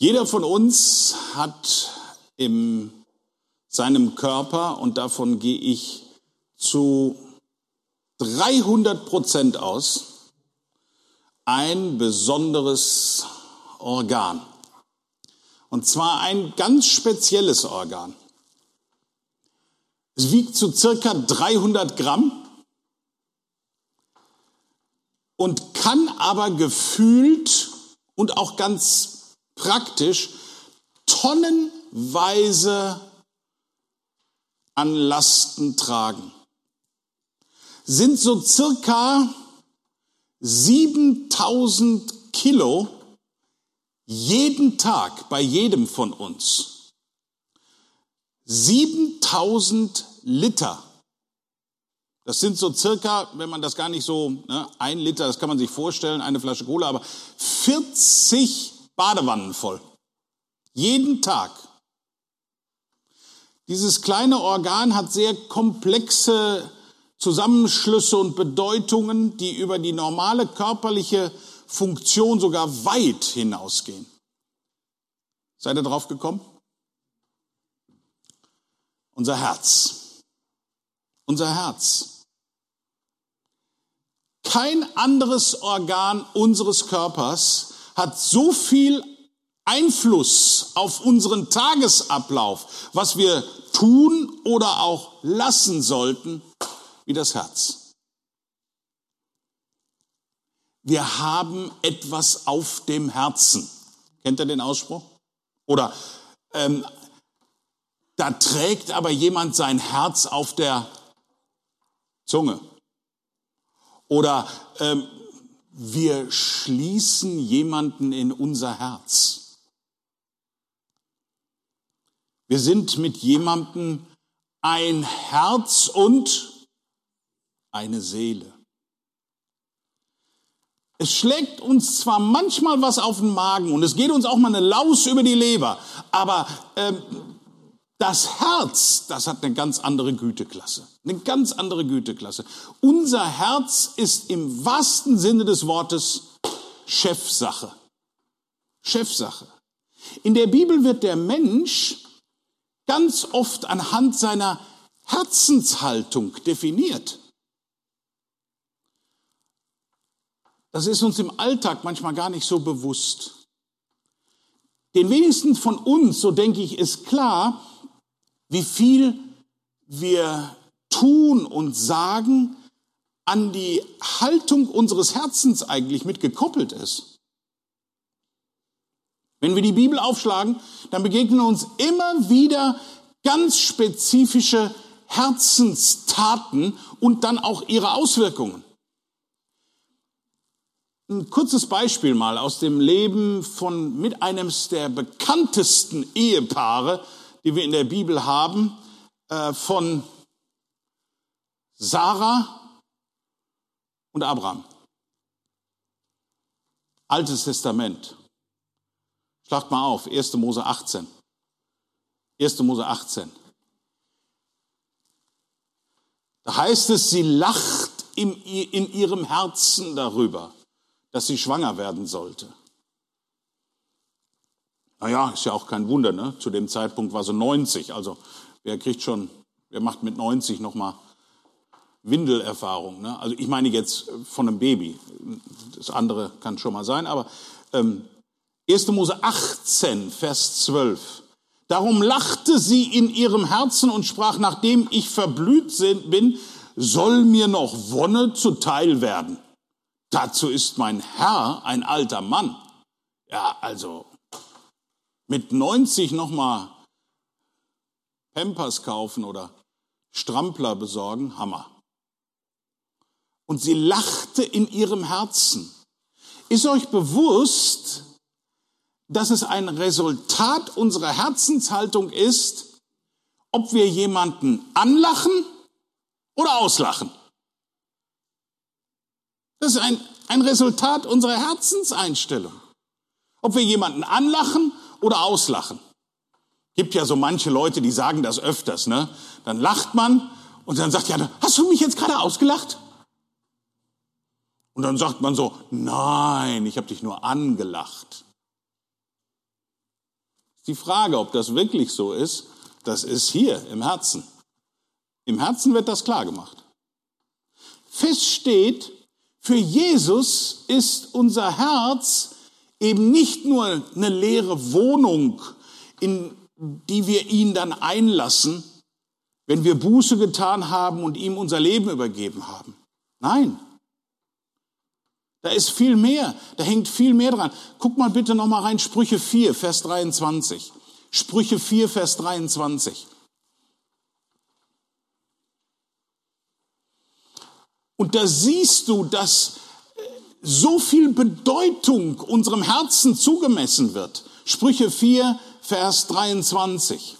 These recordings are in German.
Jeder von uns hat in seinem Körper, und davon gehe ich zu 300% aus, ein besonderes Organ. Und zwar ein ganz spezielles Organ. Es wiegt so circa 300 Gramm und kann aber gefühlt und auch ganz praktisch tonnenweise an Lasten tragen. Sind so circa 7000 Kilo jeden Tag bei jedem von uns. 7000 Liter. Das sind so circa, wenn man das gar nicht so, 1 Liter, das kann man sich vorstellen, eine Flasche Cola, aber 40 Badewannen voll. Jeden Tag. Dieses kleine Organ hat sehr komplexe Zusammenschlüsse und Bedeutungen, die über die normale körperliche Funktion sogar weit hinausgehen. Seid ihr drauf gekommen? Unser Herz. Unser Herz. Kein anderes Organ unseres Körpers hat so viel Einfluss auf unseren Tagesablauf, was wir tun oder auch lassen sollten, wie das Herz. Wir haben etwas auf dem Herzen. Kennt ihr den Ausspruch? Oder da trägt aber jemand sein Herz auf der Zunge. Oder wir schließen jemanden in unser Herz. Wir sind mit jemandem ein Herz und eine Seele. Es schlägt uns zwar manchmal was auf den Magen und es geht uns auch mal eine Laus über die Leber, aber das Herz, das hat eine ganz andere Güteklasse. Eine ganz andere Güteklasse. Unser Herz ist im wahrsten Sinne des Wortes Chefsache. Chefsache. In der Bibel wird der Mensch ganz oft anhand seiner Herzenshaltung definiert. Das ist uns im Alltag manchmal gar nicht so bewusst. Den wenigsten von uns, so denke ich, ist klar, wie viel wir tun und sagen, an die Haltung unseres Herzens eigentlich mit gekoppelt ist. Wenn wir die Bibel aufschlagen, dann begegnen uns immer wieder ganz spezifische Herzenstaten und dann auch ihre Auswirkungen. Ein kurzes Beispiel mal aus dem Leben mit einem der bekanntesten Ehepaare, die wir in der Bibel haben, von Sarah und Abraham. Altes Testament. Schlagt mal auf, 1. Mose 18. 1. Mose 18. Da heißt es, sie lacht in ihrem Herzen darüber, dass sie schwanger werden sollte. Naja, ist ja auch kein Wunder, ne? Zu dem Zeitpunkt war sie 90, also wer macht mit 90 nochmal Windelerfahrung, ne? Also ich meine jetzt von einem Baby, das andere kann schon mal sein, aber 1. Mose 18, Vers 12. Darum lachte sie in ihrem Herzen und sprach, nachdem ich verblüht bin, soll mir noch Wonne zuteil werden. Dazu ist mein Herr ein alter Mann. Ja, also mit 90 nochmal Pampers kaufen oder Strampler besorgen, Hammer. Und sie lachte in ihrem Herzen. Ist euch bewusst, dass es ein Resultat unserer Herzenshaltung ist, ob wir jemanden anlachen oder auslachen? Das ist ein Resultat unserer Herzenseinstellung. Ob wir jemanden anlachen oder auslachen. Gibt ja so manche Leute, die sagen das öfters, ne? Dann lacht man und dann sagt ja, hast du mich jetzt gerade ausgelacht? Und dann sagt man so, nein, ich habe dich nur angelacht. Die Frage, ob das wirklich so ist, das ist hier im Herzen. Im Herzen wird das klar gemacht. Fest steht, für Jesus ist unser Herz eben nicht nur eine leere Wohnung, in die wir ihn dann einlassen, wenn wir Buße getan haben und ihm unser Leben übergeben haben. Nein, da ist viel mehr, da hängt viel mehr dran. Guck mal bitte nochmal rein, Sprüche 4, Vers 23. Sprüche 4, Vers 23. Und da siehst du, dass so viel Bedeutung unserem Herzen zugemessen wird. Sprüche 4, Vers 23.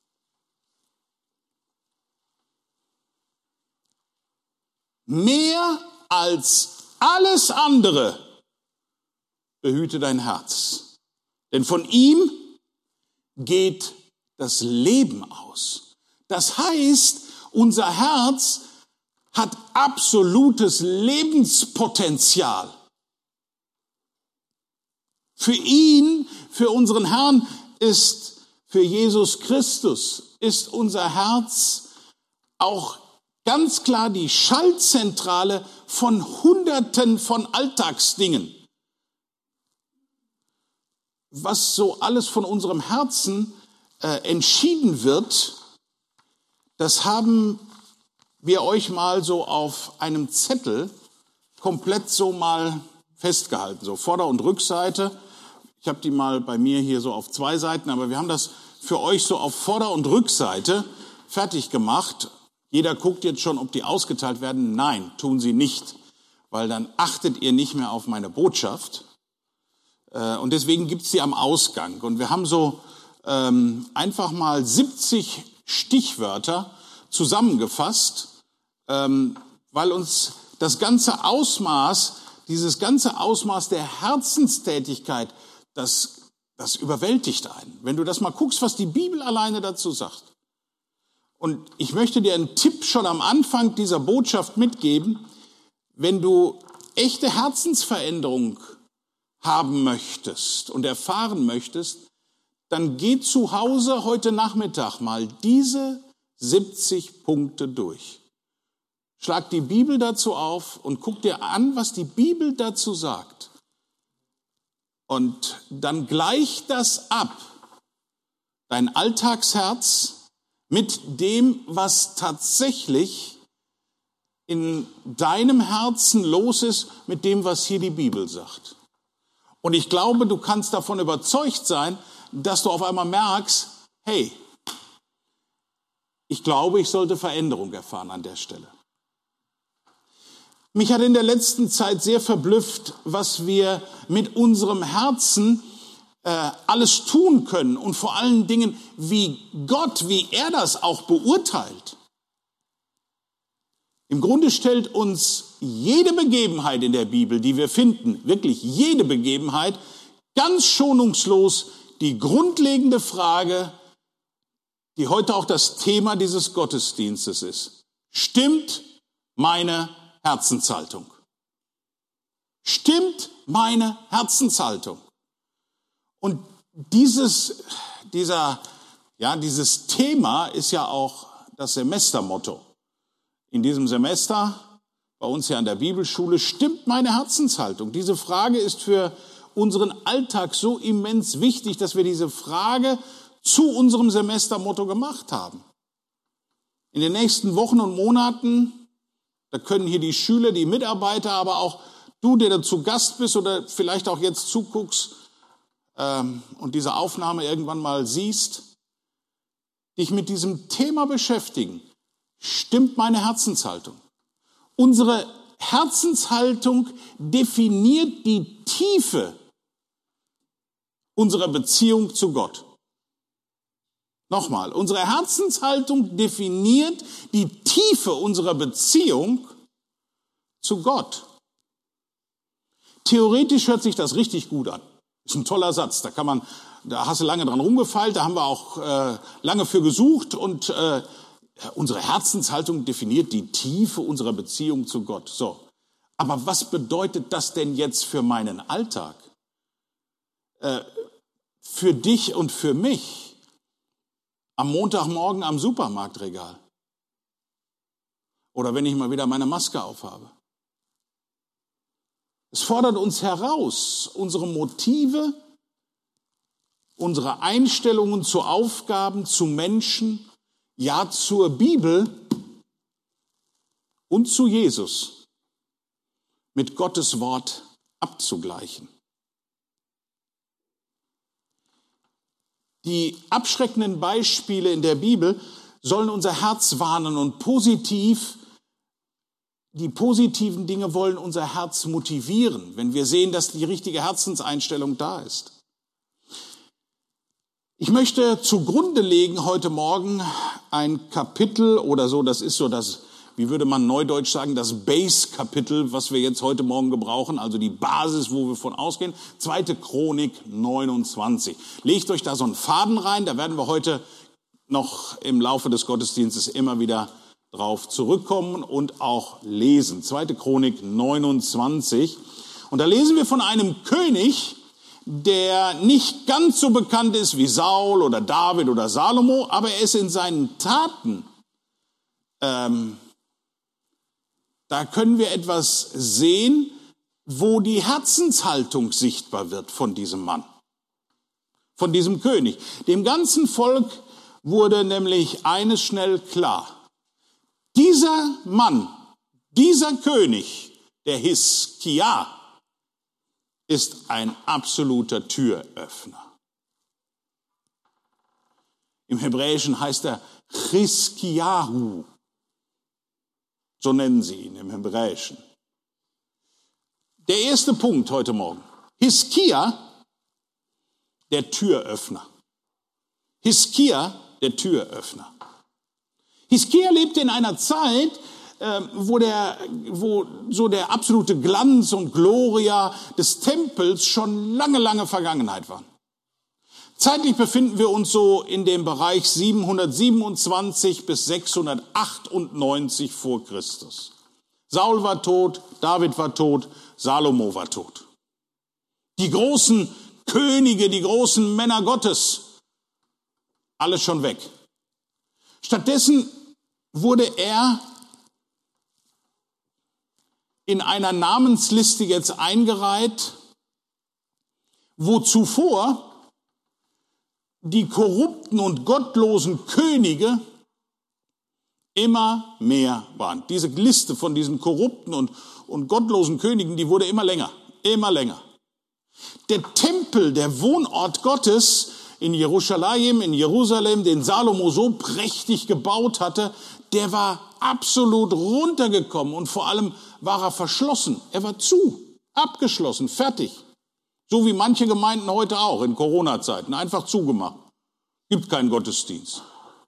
Mehr als alles andere behüte dein Herz, denn von ihm geht das Leben aus. Das heißt, unser Herz hat absolutes Lebenspotenzial. Für ihn, für unseren Herrn ist, für Jesus Christus ist unser Herz auch ganz klar die Schaltzentrale von Hunderten von Alltagsdingen. Was so alles von unserem Herzen entschieden wird, das haben wir euch mal so auf einem Zettel komplett so mal festgehalten, so Vorder- und Rückseite. Ich habe die mal bei mir hier so auf 2 Seiten, aber wir haben das für euch so auf Vorder- und Rückseite fertig gemacht. Jeder guckt jetzt schon, ob die ausgeteilt werden. Nein, tun sie nicht, weil dann achtet ihr nicht mehr auf meine Botschaft. Und deswegen gibt's sie am Ausgang. Und wir haben so einfach mal 70 Stichwörter zusammengefasst, weil uns das ganze Ausmaß, dieses ganze Ausmaß der Herzenstätigkeit, das überwältigt einen. Wenn du das mal guckst, was die Bibel alleine dazu sagt. Und ich möchte dir einen Tipp schon am Anfang dieser Botschaft mitgeben. Wenn du echte Herzensveränderung haben möchtest und erfahren möchtest, dann geh zu Hause heute Nachmittag mal diese 70 Punkte durch. Schlag die Bibel dazu auf und guck dir an, was die Bibel dazu sagt. Und dann gleich das ab, dein Alltagsherz, mit dem, was tatsächlich in deinem Herzen los ist, mit dem, was hier die Bibel sagt. Und ich glaube, du kannst davon überzeugt sein, dass du auf einmal merkst, hey, ich glaube, ich sollte Veränderung erfahren an der Stelle. Mich hat in der letzten Zeit sehr verblüfft, was wir mit unserem Herzen alles tun können und vor allen Dingen, wie Gott, wie er das auch beurteilt. Im Grunde stellt uns jede Begebenheit in der Bibel, die wir finden, wirklich jede Begebenheit, ganz schonungslos die grundlegende Frage, die heute auch das Thema dieses Gottesdienstes ist. Stimmt meine Herzenshaltung? Stimmt meine Herzenshaltung? Und dieses Thema ist ja auch das Semestermotto. In diesem Semester, bei uns hier an der Bibelschule, stimmt meine Herzenshaltung? Diese Frage ist für unseren Alltag so immens wichtig, dass wir diese Frage zu unserem Semestermotto gemacht haben. In den nächsten Wochen und Monaten, da können hier die Schüler, die Mitarbeiter, aber auch du, der dazu Gast bist oder vielleicht auch jetzt zuguckst, und diese Aufnahme irgendwann mal siehst, dich mit diesem Thema beschäftigen. Stimmt meine Herzenshaltung? Unsere Herzenshaltung definiert die Tiefe unserer Beziehung zu Gott. Nochmal, unsere Herzenshaltung definiert die Tiefe unserer Beziehung zu Gott. Theoretisch hört sich das richtig gut an. Ist ein toller Satz, da hast du lange dran rumgefeilt, da haben wir auch lange für gesucht und unsere Herzenshaltung definiert die Tiefe unserer Beziehung zu Gott. So, aber was bedeutet das denn jetzt für meinen Alltag? für dich und für mich am Montagmorgen am Supermarktregal. Oder wenn ich mal wieder meine Maske aufhabe. Es fordert uns heraus, unsere Motive, unsere Einstellungen zu Aufgaben, zu Menschen, ja zur Bibel und zu Jesus mit Gottes Wort abzugleichen. Die abschreckenden Beispiele in der Bibel sollen unser Herz warnen und die positiven Dinge wollen unser Herz motivieren, wenn wir sehen, dass die richtige Herzenseinstellung da ist. Ich möchte zugrunde legen heute Morgen ein Kapitel oder so, das ist so das, wie würde man neudeutsch sagen, das Base-Kapitel, was wir jetzt heute Morgen gebrauchen, also die Basis, wo wir von ausgehen. 2. Chronik 29. Legt euch da so einen Faden rein, da werden wir heute noch im Laufe des Gottesdienstes immer wieder drauf zurückkommen und auch lesen. 2. Chronik 29. Und da lesen wir von einem König, der nicht ganz so bekannt ist wie Saul oder David oder Salomo, aber er ist in seinen Taten, da können wir etwas sehen, wo die Herzenshaltung sichtbar wird von diesem Mann, von diesem König. Dem ganzen Volk wurde nämlich eines schnell klar. Dieser Mann, dieser König, der Hiskia, ist ein absoluter Türöffner. Im Hebräischen heißt er Chiskiahu. So nennen sie ihn im Hebräischen. Der erste Punkt heute Morgen. Hiskia, der Türöffner. Hiskia, der Türöffner. Hiskia lebte in einer Zeit, wo so der absolute Glanz und Gloria des Tempels schon lange, lange Vergangenheit waren. Zeitlich befinden wir uns so in dem Bereich 727 bis 698 vor Christus. Saul war tot, David war tot, Salomo war tot. Die großen Könige, die großen Männer Gottes, alles schon weg. Stattdessen wurde er in einer Namensliste jetzt eingereiht, wo zuvor die korrupten und gottlosen Könige immer mehr waren. Diese Liste von diesen korrupten und gottlosen Königen, die wurde immer länger, immer länger. Der Tempel, der Wohnort Gottes in Jerusalem, den Salomo so prächtig gebaut hatte, der war absolut runtergekommen und vor allem war er verschlossen. Er war zu, abgeschlossen, fertig. So wie manche Gemeinden heute auch in Corona-Zeiten, einfach zugemacht. Gibt keinen Gottesdienst.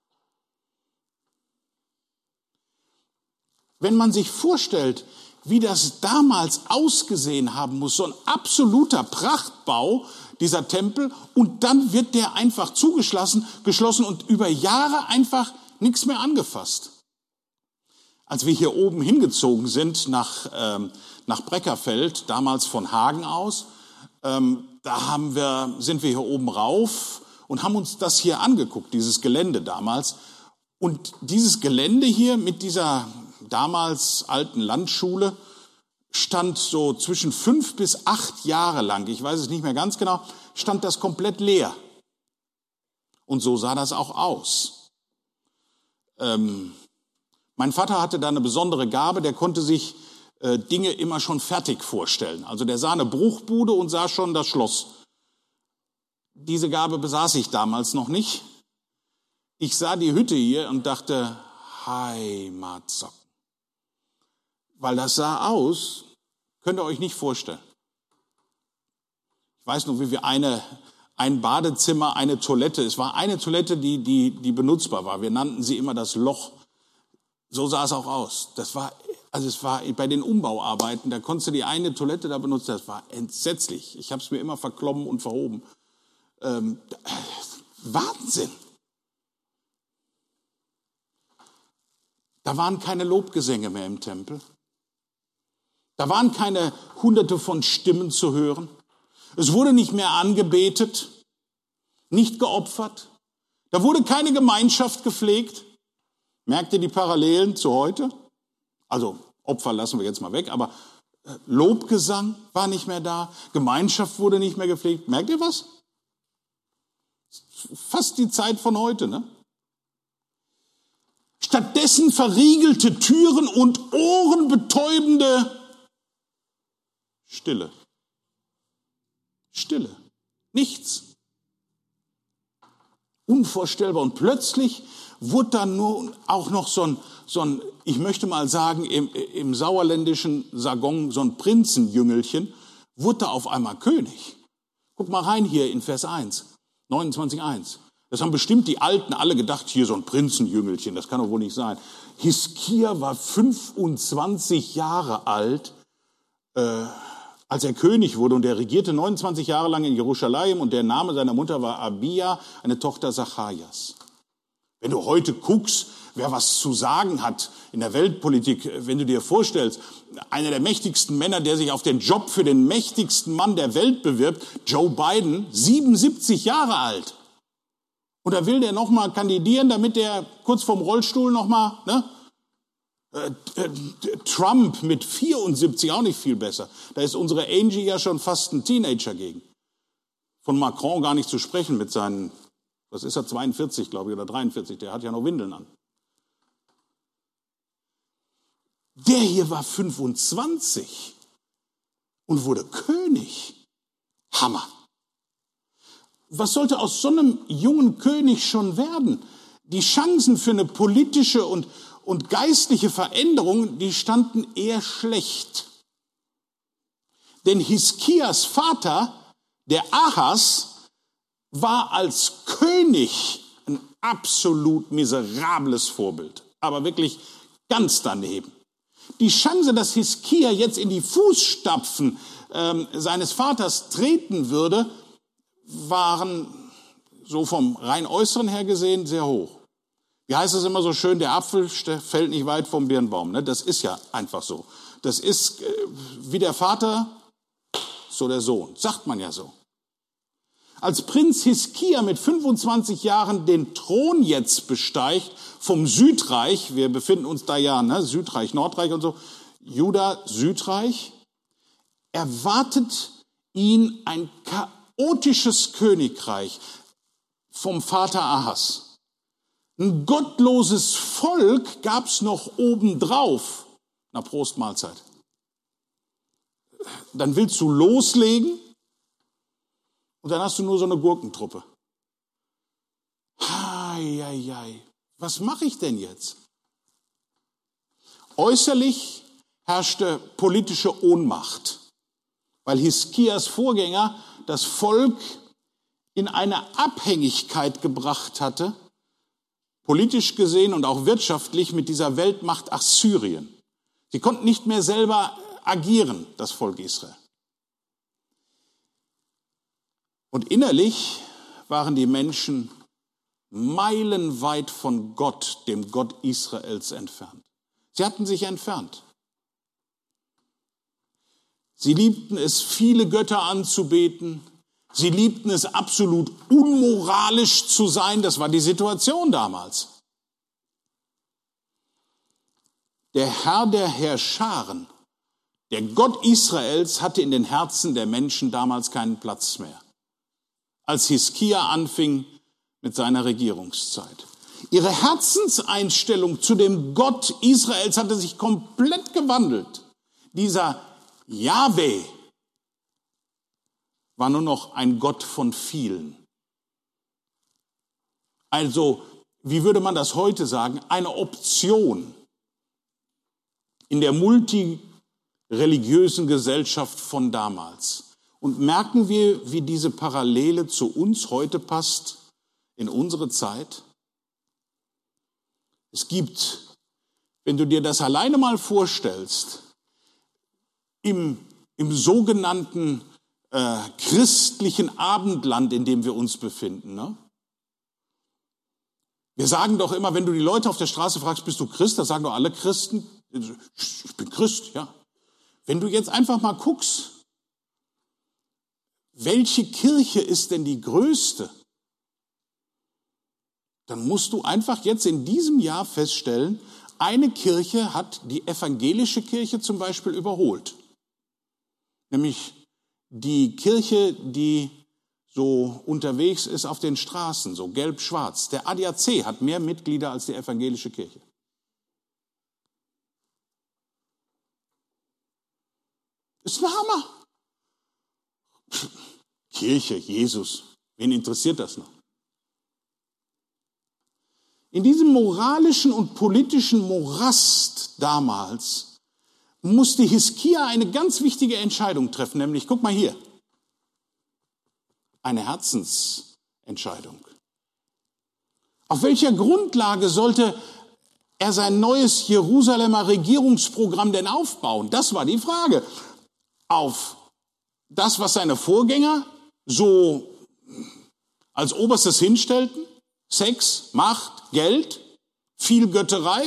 Wenn man sich vorstellt, wie das damals ausgesehen haben muss, so ein absoluter Prachtbau, dieser Tempel, und dann wird der einfach geschlossen und über Jahre einfach nichts mehr angefasst. Als wir hier oben hingezogen sind nach Breckerfeld, damals von Hagen aus, sind wir hier oben rauf und haben uns das hier angeguckt, dieses Gelände damals. Und dieses Gelände hier mit dieser damals alten Landschule stand so zwischen 5 bis 8 Jahre lang, ich weiß es nicht mehr ganz genau, stand das komplett leer. Und so sah das auch aus. Mein Vater hatte da eine besondere Gabe, der konnte sich Dinge immer schon fertig vorstellen. Also der sah eine Bruchbude und sah schon das Schloss. Diese Gabe besaß ich damals noch nicht. Ich sah die Hütte hier und dachte, Heimatsocken. Weil das sah aus, könnt ihr euch nicht vorstellen. Ich weiß noch, wie wir ein Badezimmer, eine Toilette, es war eine Toilette, die benutzbar war. Wir nannten sie immer das Loch. So sah es auch aus. Es war bei den Umbauarbeiten, da konntest du die eine Toilette da benutzen, das war entsetzlich. Ich habe es mir immer verklommen und verhoben. Wahnsinn. Da waren keine Lobgesänge mehr im Tempel. Da waren keine Hunderte von Stimmen zu hören. Es wurde nicht mehr angebetet. nicht geopfert. Da wurde keine Gemeinschaft gepflegt. Merkt ihr die Parallelen zu heute? Also Opfer lassen wir jetzt mal weg, aber Lobgesang war nicht mehr da, Gemeinschaft wurde nicht mehr gepflegt. Merkt ihr was? Fast die Zeit von heute, ne? Stattdessen verriegelte Türen und ohrenbetäubende Stille. Stille. Nichts. Unvorstellbar. Und plötzlich wurde dann nur auch noch so ein, ich möchte mal sagen, im sauerländischen Jargon, so ein Prinzenjüngelchen, wurde da auf einmal König. Guck mal rein hier in Vers 1, 29,1. Das haben bestimmt die Alten alle gedacht, hier so ein Prinzenjüngelchen, das kann doch wohl nicht sein. Hiskia war 25 Jahre alt, als er König wurde, und er regierte 29 Jahre lang in Jerusalem, und der Name seiner Mutter war Abia, eine Tochter Sacharjas. Wenn du heute guckst, wer was zu sagen hat in der Weltpolitik, wenn du dir vorstellst, einer der mächtigsten Männer, der sich auf den Job für den mächtigsten Mann der Welt bewirbt, Joe Biden, 77 Jahre alt. Und da will der nochmal kandidieren, damit der kurz vorm Rollstuhl nochmal, ne? Trump mit 74, auch nicht viel besser. Da ist unsere Angie ja schon fast ein Teenager gegen. Von Macron gar nicht zu sprechen mit seinen, was ist er, 42, glaube ich, oder 43, der hat ja noch Windeln an. Der hier war 25 und wurde König. Hammer. Was sollte aus so einem jungen König schon werden? Die Chancen für eine politische und geistliche Veränderung, die standen eher schlecht. Denn Hiskias Vater, der Ahas, war als König ein absolut miserables Vorbild. Aber wirklich ganz daneben. Die Chance, dass Hiskia jetzt in die Fußstapfen seines Vaters treten würde, waren so vom rein Äußeren her gesehen sehr hoch. Wie heißt es immer so schön, der Apfel fällt nicht weit vom Birnbaum. Ne? Das ist ja einfach so. Das ist wie der Vater, so der Sohn. Sagt man ja so. Als Prinz Hiskia mit 25 Jahren den Thron jetzt besteigt vom Südreich, wir befinden uns da ja, ne? Südreich, Nordreich und so, Juda, Südreich, erwartet ihn ein chaotisches Königreich vom Vater Ahas. Ein gottloses Volk gab es noch obendrauf. Na, Prost, Mahlzeit. Dann willst du loslegen und dann hast du nur so eine Gurkentruppe. Was mache ich denn jetzt? Äußerlich herrschte politische Ohnmacht, weil Hiskias Vorgänger das Volk in eine Abhängigkeit gebracht hatte, politisch gesehen und auch wirtschaftlich, mit dieser Weltmacht Assyrien. Sie konnten nicht mehr selber agieren, das Volk Israel. Und innerlich waren die Menschen meilenweit von Gott, dem Gott Israels, entfernt. Sie hatten sich entfernt. Sie liebten es, viele Götter anzubeten. Sie liebten es, absolut unmoralisch zu sein. Das war die Situation damals. Der Herr der Herrscharen, der Gott Israels, hatte in den Herzen der Menschen damals keinen Platz mehr, als Hiskia anfing mit seiner Regierungszeit. Ihre Herzenseinstellung zu dem Gott Israels hatte sich komplett gewandelt. Dieser Jahwe war nur noch ein Gott von vielen. Also, wie würde man das heute sagen? Eine Option in der multireligiösen Gesellschaft von damals. Und merken wir, wie diese Parallele zu uns heute passt, in unsere Zeit? Es gibt, wenn du dir das alleine mal vorstellst, im sogenannten christlichen Abendland, in dem wir uns befinden. Ne? Wir sagen doch immer, wenn du die Leute auf der Straße fragst, bist du Christ? Da sagen doch alle Christen, ich bin Christ, ja. Wenn du jetzt einfach mal guckst, welche Kirche ist denn die größte? dann musst du einfach jetzt in diesem Jahr feststellen, eine Kirche hat die evangelische Kirche zum Beispiel überholt. Nämlich die Kirche, die so unterwegs ist auf den Straßen, so gelb-schwarz. Der ADAC hat mehr Mitglieder als die evangelische Kirche. Ist ein Hammer. Kirche, Jesus, wen interessiert das noch? In diesem moralischen und politischen Morast damals musste Hiskia eine ganz wichtige Entscheidung treffen, nämlich, guck mal hier, eine Herzensentscheidung. Auf welcher Grundlage sollte er sein neues Jerusalemer Regierungsprogramm denn aufbauen? Das war die Frage. Auf das, was seine Vorgänger so als Oberstes hinstellten? Sex, Macht, Geld, viel Götterei?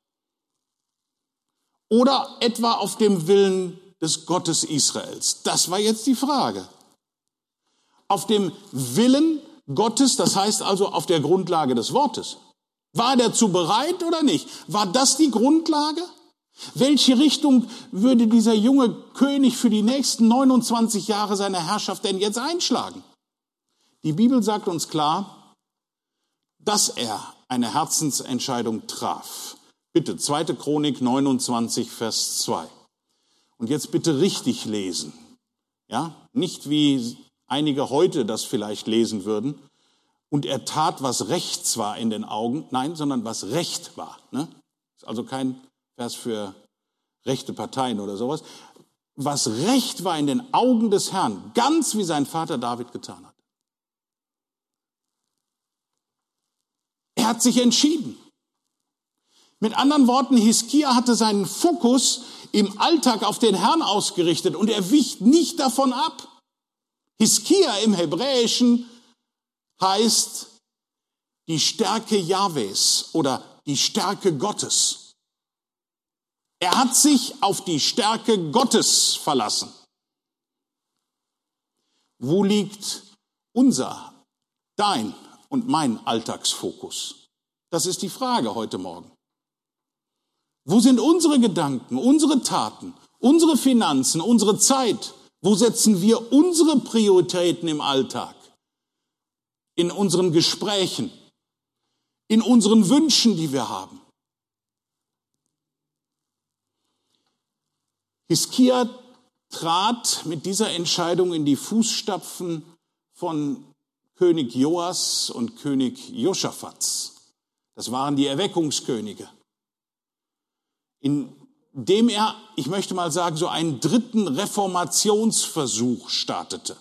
Oder etwa auf dem Willen des Gottes Israels? Das war jetzt die Frage. Auf dem Willen Gottes, das heißt also auf der Grundlage des Wortes. War er dazu bereit oder nicht? War das die Grundlage? Welche Richtung würde dieser junge König für die nächsten 29 Jahre seiner Herrschaft denn jetzt einschlagen? Die Bibel sagt uns klar, dass er eine Herzensentscheidung traf. Bitte, 2. Chronik 29, Vers 2. Und jetzt bitte richtig lesen. Ja, nicht wie einige heute das vielleicht lesen würden. Und er tat, was rechts war in den Augen. Nein, sondern was Recht war. Ne? Ist also kein Vers für rechte Parteien oder sowas. Was Recht war in den Augen des Herrn, ganz wie sein Vater David getan hat. Er hat sich entschieden. Mit anderen Worten, Hiskia hatte seinen Fokus im Alltag auf den Herrn ausgerichtet und er wich nicht davon ab. Hiskia im Hebräischen heißt die Stärke Jahwes oder die Stärke Gottes. Er hat sich auf die Stärke Gottes verlassen. Wo liegt unser, dein und mein Alltagsfokus? Das ist die Frage heute Morgen. Wo sind unsere Gedanken, unsere Taten, unsere Finanzen, unsere Zeit? Wo setzen wir unsere Prioritäten im Alltag? In unseren Gesprächen, in unseren Wünschen, die wir haben. Hiskia trat mit dieser Entscheidung in die Fußstapfen von König Joas und König Joschafats. Das waren die Erweckungskönige. Indem er, ich möchte mal sagen, so einen dritten Reformationsversuch startete.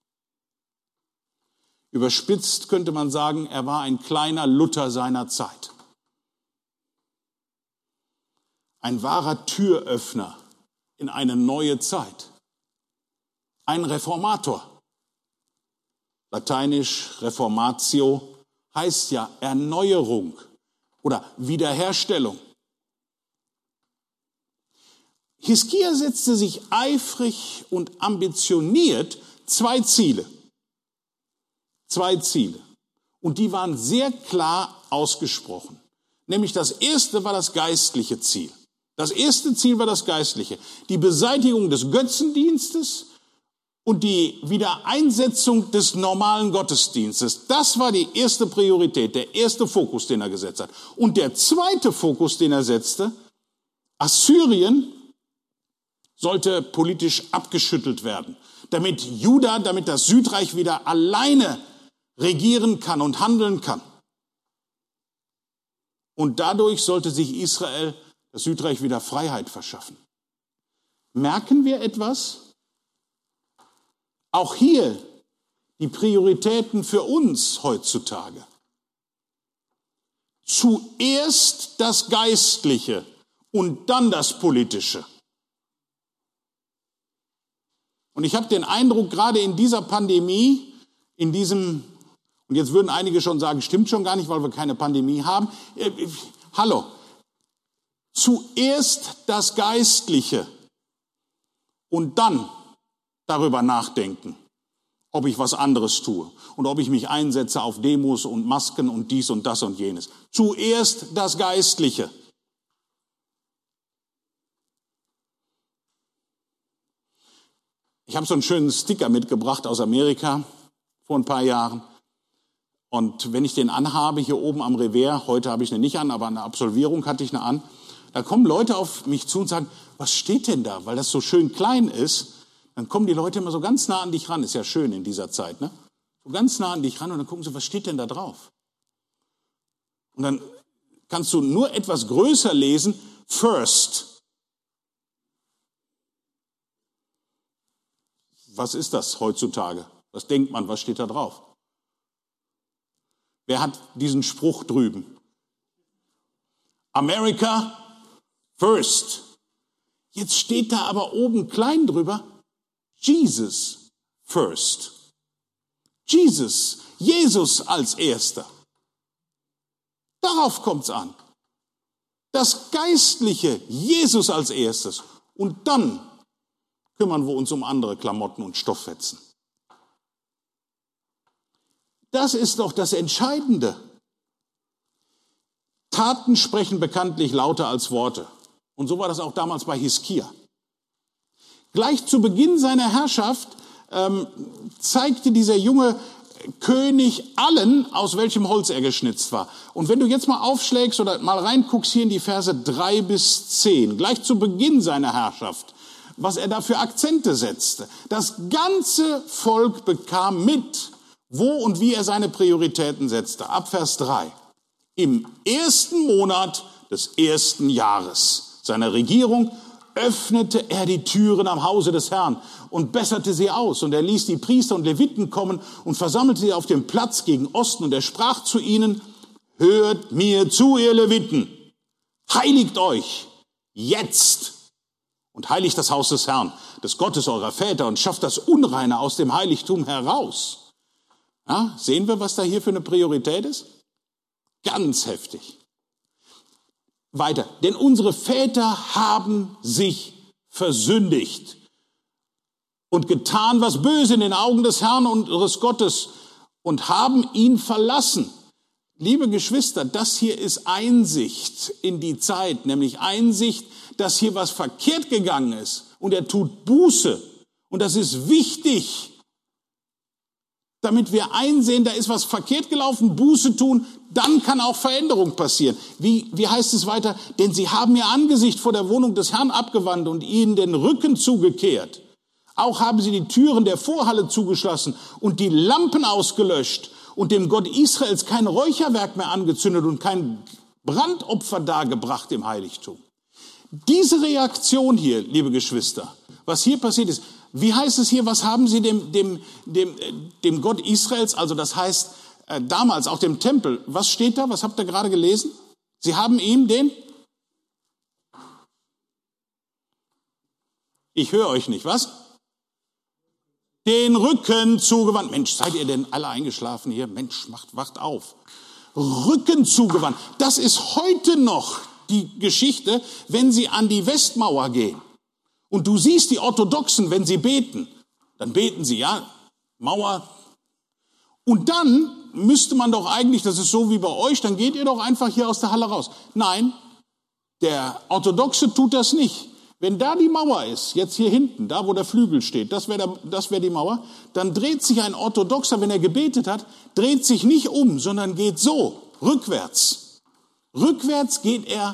Überspitzt könnte man sagen, er war ein kleiner Luther seiner Zeit. Ein wahrer Türöffner in eine neue Zeit. Ein Reformator. Lateinisch Reformatio heißt ja Erneuerung oder Wiederherstellung. Hiskia setzte sich eifrig und ambitioniert zwei Ziele. Und die waren sehr klar ausgesprochen. Nämlich das erste war das geistliche Ziel. Das erste Ziel war das geistliche. Die Beseitigung des Götzendienstes und die Wiedereinsetzung des normalen Gottesdienstes. Das war die erste Priorität, der erste Fokus, den er gesetzt hat. Und der zweite Fokus, den er setzte, Assyrien sollte politisch abgeschüttelt werden, damit Juda, damit das Südreich wieder alleine regieren kann und handeln kann. Und dadurch sollte sich Israel, das Südreich, wieder Freiheit verschaffen. Merken wir etwas? Auch hier die Prioritäten für uns heutzutage. Zuerst das Geistliche und dann das Politische. Und ich habe den Eindruck, gerade in dieser Pandemie, und jetzt würden einige schon sagen, stimmt schon gar nicht, weil wir keine Pandemie haben. Hallo. Zuerst das Geistliche und dann darüber nachdenken, ob ich was anderes tue und ob ich mich einsetze auf Demos und Masken und dies und das und jenes. Zuerst das Geistliche. Ich habe so einen schönen Sticker mitgebracht aus Amerika vor ein paar Jahren. Und wenn ich den anhabe, hier oben am Revers, heute habe ich ihn nicht an, aber an der Absolvierung hatte ich ihn an, da kommen Leute auf mich zu und sagen, was steht denn da? Weil das so schön klein ist, dann kommen die Leute immer so ganz nah an dich ran. Ist ja schön in dieser Zeit, ne? So ganz nah an dich ran und dann gucken sie, was steht denn da drauf? Und dann kannst du nur etwas größer lesen, first. Was ist das heutzutage? Was denkt man, was steht da drauf? Wer hat diesen Spruch drüben? America first. Jetzt steht da aber oben klein drüber, Jesus first. Jesus als Erster. Darauf kommt's an. Das Geistliche, Jesus als Erstes. Und dann kümmern wir uns um andere Klamotten und Stofffetzen. Das ist doch das Entscheidende. Taten sprechen bekanntlich lauter als Worte. Und so war das auch damals bei Hiskia. Gleich zu Beginn seiner Herrschaft zeigte dieser junge König allen, aus welchem Holz er geschnitzt war. Und wenn du jetzt mal aufschlägst oder mal reinguckst hier in die Verse 3-10, gleich zu Beginn seiner Herrschaft, was er da für Akzente setzte. Das ganze Volk bekam mit, wo und wie er seine Prioritäten setzte. Ab Vers 3. Im ersten Monat des ersten Jahres seiner Regierung öffnete er die Türen am Hause des Herrn und besserte sie aus. Und er ließ die Priester und Leviten kommen und versammelte sie auf dem Platz gegen Osten. Und er sprach zu ihnen, hört mir zu, ihr Leviten, heiligt euch jetzt und heiligt das Haus des Herrn, des Gottes eurer Väter, und schafft das Unreine aus dem Heiligtum heraus. Ja, sehen wir, was da hier für eine Priorität ist? Ganz heftig. Weiter. Denn unsere Väter haben sich versündigt und getan, was böse in den Augen des Herrn und unseres Gottes, und haben ihn verlassen. Liebe Geschwister, das hier ist Einsicht in die Zeit, nämlich Einsicht, dass hier was verkehrt gegangen ist, und er tut Buße. Und das ist wichtig, damit wir einsehen, da ist was verkehrt gelaufen, Buße tun, dann kann auch Veränderung passieren. Wie heißt es weiter? Denn sie haben ihr Angesicht vor der Wohnung des Herrn abgewandt und ihnen den Rücken zugekehrt. Auch haben sie die Türen der Vorhalle zugeschlossen und die Lampen ausgelöscht und dem Gott Israels kein Räucherwerk mehr angezündet und kein Brandopfer dargebracht im Heiligtum. Diese Reaktion hier, liebe Geschwister, was hier passiert ist, wie heißt es hier, was haben sie dem Gott Israels, also das heißt damals auch dem Tempel, was steht da, was habt ihr gerade gelesen? Sie haben ihm ich höre euch nicht, was? Den Rücken zugewandt. Mensch, seid ihr denn alle eingeschlafen hier? Mensch, wacht auf. Rücken zugewandt. Das ist heute noch die Geschichte, wenn sie an die Westmauer gehen. Und du siehst die Orthodoxen, wenn sie beten, dann beten sie, ja, Mauer. Und dann müsste man doch eigentlich, das ist so wie bei euch, dann geht ihr doch einfach hier aus der Halle raus. Nein, der Orthodoxe tut das nicht. Wenn da die Mauer ist, jetzt hier hinten, da wo der Flügel steht, das wär die Mauer, dann dreht sich ein Orthodoxer, wenn er gebetet hat, dreht sich nicht um, sondern geht so, rückwärts. Rückwärts geht er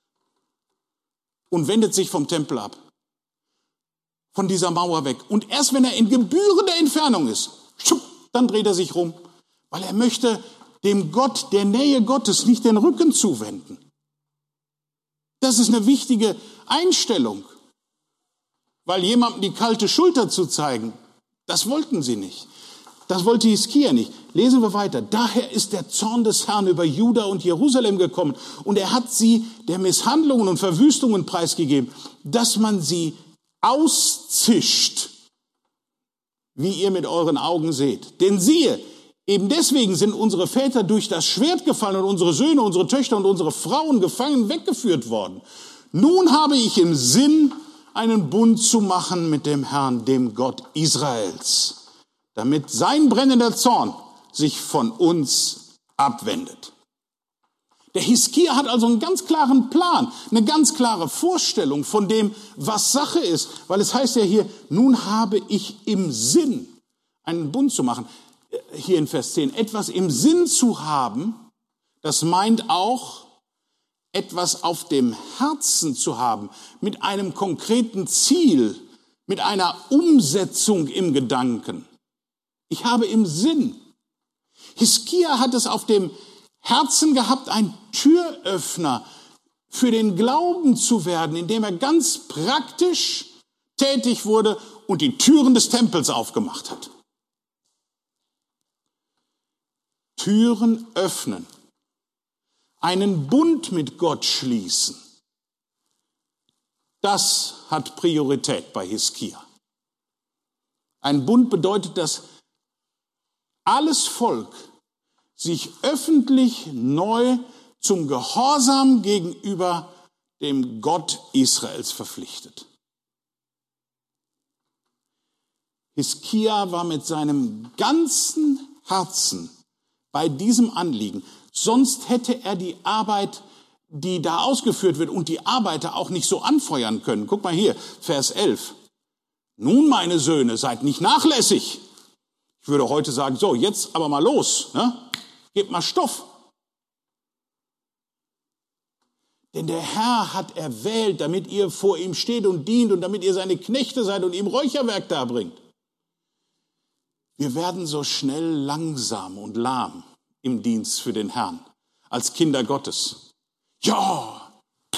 und wendet sich vom Tempel ab. Von dieser Mauer weg. Und erst wenn er in gebührender Entfernung ist, dann dreht er sich rum, weil er möchte dem Gott, der Nähe Gottes, nicht den Rücken zuwenden. Das ist eine wichtige Einstellung, weil jemandem die kalte Schulter zu zeigen, das wollten sie nicht. Das wollte Hiskia nicht. Lesen wir weiter. Daher ist der Zorn des Herrn über Juda und Jerusalem gekommen und er hat sie der Misshandlungen und Verwüstungen preisgegeben, dass man sie auszischt, wie ihr mit euren Augen seht. Denn siehe, eben deswegen sind unsere Väter durch das Schwert gefallen und unsere Söhne, unsere Töchter und unsere Frauen gefangen weggeführt worden. Nun habe ich im Sinn, einen Bund zu machen mit dem Herrn, dem Gott Israels. damit sein brennender Zorn sich von uns abwendet. Der Hiskia hat also einen ganz klaren Plan, eine ganz klare Vorstellung von dem, was Sache ist. Weil es heißt ja hier, nun habe ich im Sinn, einen Bund zu machen. Hier in Vers 10, etwas im Sinn zu haben, das meint auch, etwas auf dem Herzen zu haben, mit einem konkreten Ziel, mit einer Umsetzung im Gedanken. Ich habe im Sinn. Hiskia hat es auf dem Herzen gehabt, ein Türöffner für den Glauben zu werden, indem er ganz praktisch tätig wurde und die Türen des Tempels aufgemacht hat. Türen öffnen, einen Bund mit Gott schließen. Das hat Priorität bei Hiskia. Ein Bund bedeutet, dass alles Volk sich öffentlich neu zum Gehorsam gegenüber dem Gott Israels verpflichtet. Hiskia war mit seinem ganzen Herzen bei diesem Anliegen. Sonst hätte er die Arbeit, die da ausgeführt wird, und die Arbeiter auch nicht so anfeuern können. Guck mal hier, Vers 11. Nun, meine Söhne, seid nicht nachlässig. Ich würde heute sagen, so, jetzt aber mal los, ne? Gebt mal Stoff. Denn der Herr hat erwählt, damit ihr vor ihm steht und dient und damit ihr seine Knechte seid und ihm Räucherwerk darbringt. Wir werden so schnell langsam und lahm im Dienst für den Herrn, als Kinder Gottes. Ja,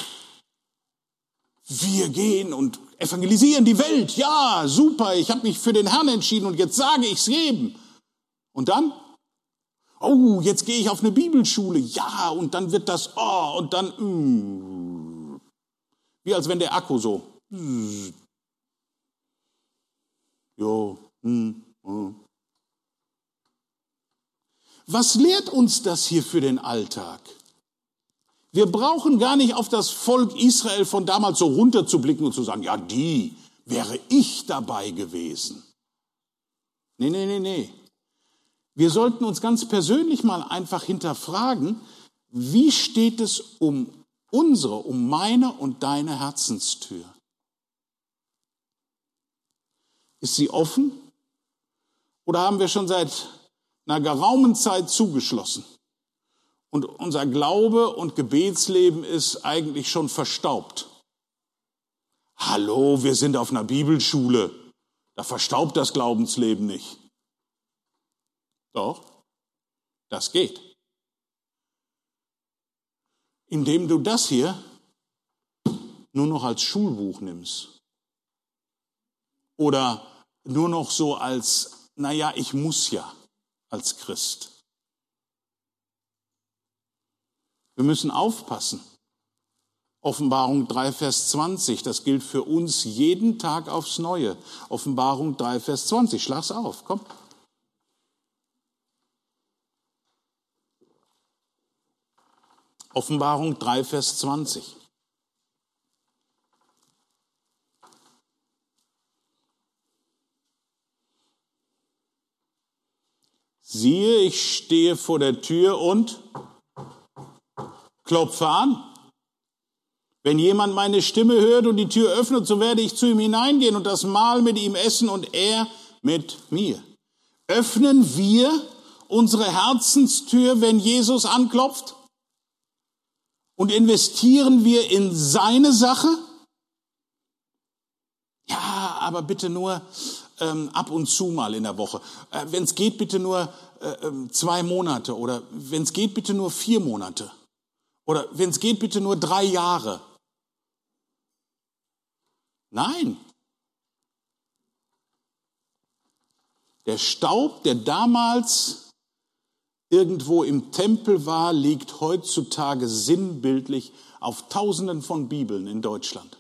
wir gehen und evangelisieren die Welt. Ja, super, ich habe mich für den Herrn entschieden und jetzt sage ich es jedem. Und dann? Oh, jetzt gehe ich auf eine Bibelschule. Ja, und dann wird das, oh, und dann, wie als wenn der Akku so. Jo, Was lehrt uns das hier für den Alltag? Wir brauchen gar nicht auf das Volk Israel von damals so runterzublicken und zu sagen, ja, die wäre ich dabei gewesen. Nee. Wir sollten uns ganz persönlich mal einfach hinterfragen, wie steht es um meine und deine Herzenstür? Ist sie offen? Oder haben wir schon seit einer geraumen Zeit zugeschlossen? Und unser Glaube und Gebetsleben ist eigentlich schon verstaubt. Hallo, wir sind auf einer Bibelschule. Da verstaubt das Glaubensleben nicht. Doch, das geht. Indem du das hier nur noch als Schulbuch nimmst. Oder nur noch so als, naja, ich muss ja als Christ. Wir müssen aufpassen. Offenbarung 3, Vers 20, das gilt für uns jeden Tag aufs Neue. Offenbarung 3, Vers 20, schlag's auf, komm. Offenbarung 3, Vers 20. Siehe, ich stehe vor der Tür und klopfe an. Wenn jemand meine Stimme hört und die Tür öffnet, so werde ich zu ihm hineingehen und das Mahl mit ihm essen und er mit mir. Öffnen wir unsere Herzenstür, wenn Jesus anklopft? Und investieren wir in seine Sache? Ja, aber bitte nur ab und zu mal in der Woche. Wenn es geht, bitte nur 2 Monate oder wenn es geht, bitte nur 4 Monate. Oder wenn es geht, bitte nur 3 Jahre. Nein. Der Staub, der damals irgendwo im Tempel war, liegt heutzutage sinnbildlich auf Tausenden von Bibeln in Deutschland.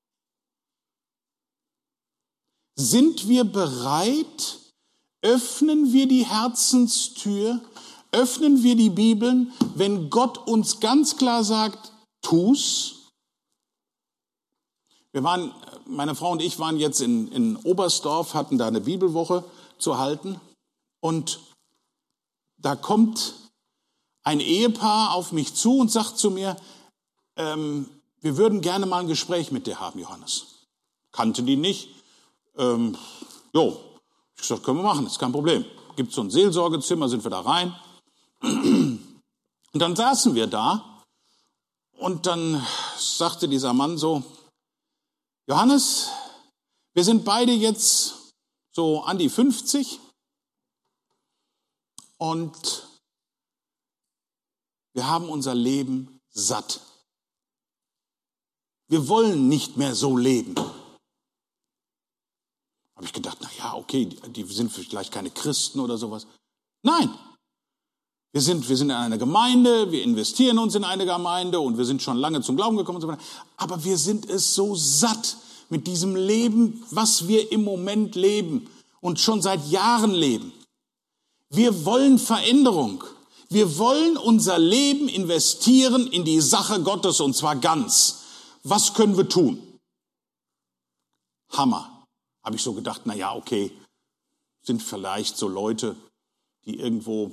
Sind wir bereit? Öffnen wir die Herzenstür? Öffnen wir die Bibeln, wenn Gott uns ganz klar sagt, tu's? Meine Frau und ich waren jetzt in Oberstdorf, hatten da eine Bibelwoche zu halten. Und da kommt ein Ehepaar auf mich zu und sagt zu mir, wir würden gerne mal ein Gespräch mit dir haben, Johannes. Kannte die nicht. Ich gesagt, können wir machen, ist kein Problem. Gibt so ein Seelsorgezimmer, sind wir da rein. Und dann saßen wir da und dann sagte dieser Mann so, Johannes, wir sind beide jetzt so an die 50 und wir haben unser Leben satt. Wir wollen nicht mehr so leben. Habe ich gedacht, na ja, okay, die sind vielleicht keine Christen oder sowas. Nein, wir sind in einer Gemeinde, wir investieren uns in eine Gemeinde und wir sind schon lange zum Glauben gekommen und so weiter. Aber wir sind es so satt mit diesem Leben, was wir im Moment leben und schon seit Jahren leben. Wir wollen Veränderung. Wir wollen unser Leben investieren in die Sache Gottes und zwar ganz. Was können wir tun? Hammer. Habe ich so gedacht, na ja, okay, sind vielleicht so Leute, die irgendwo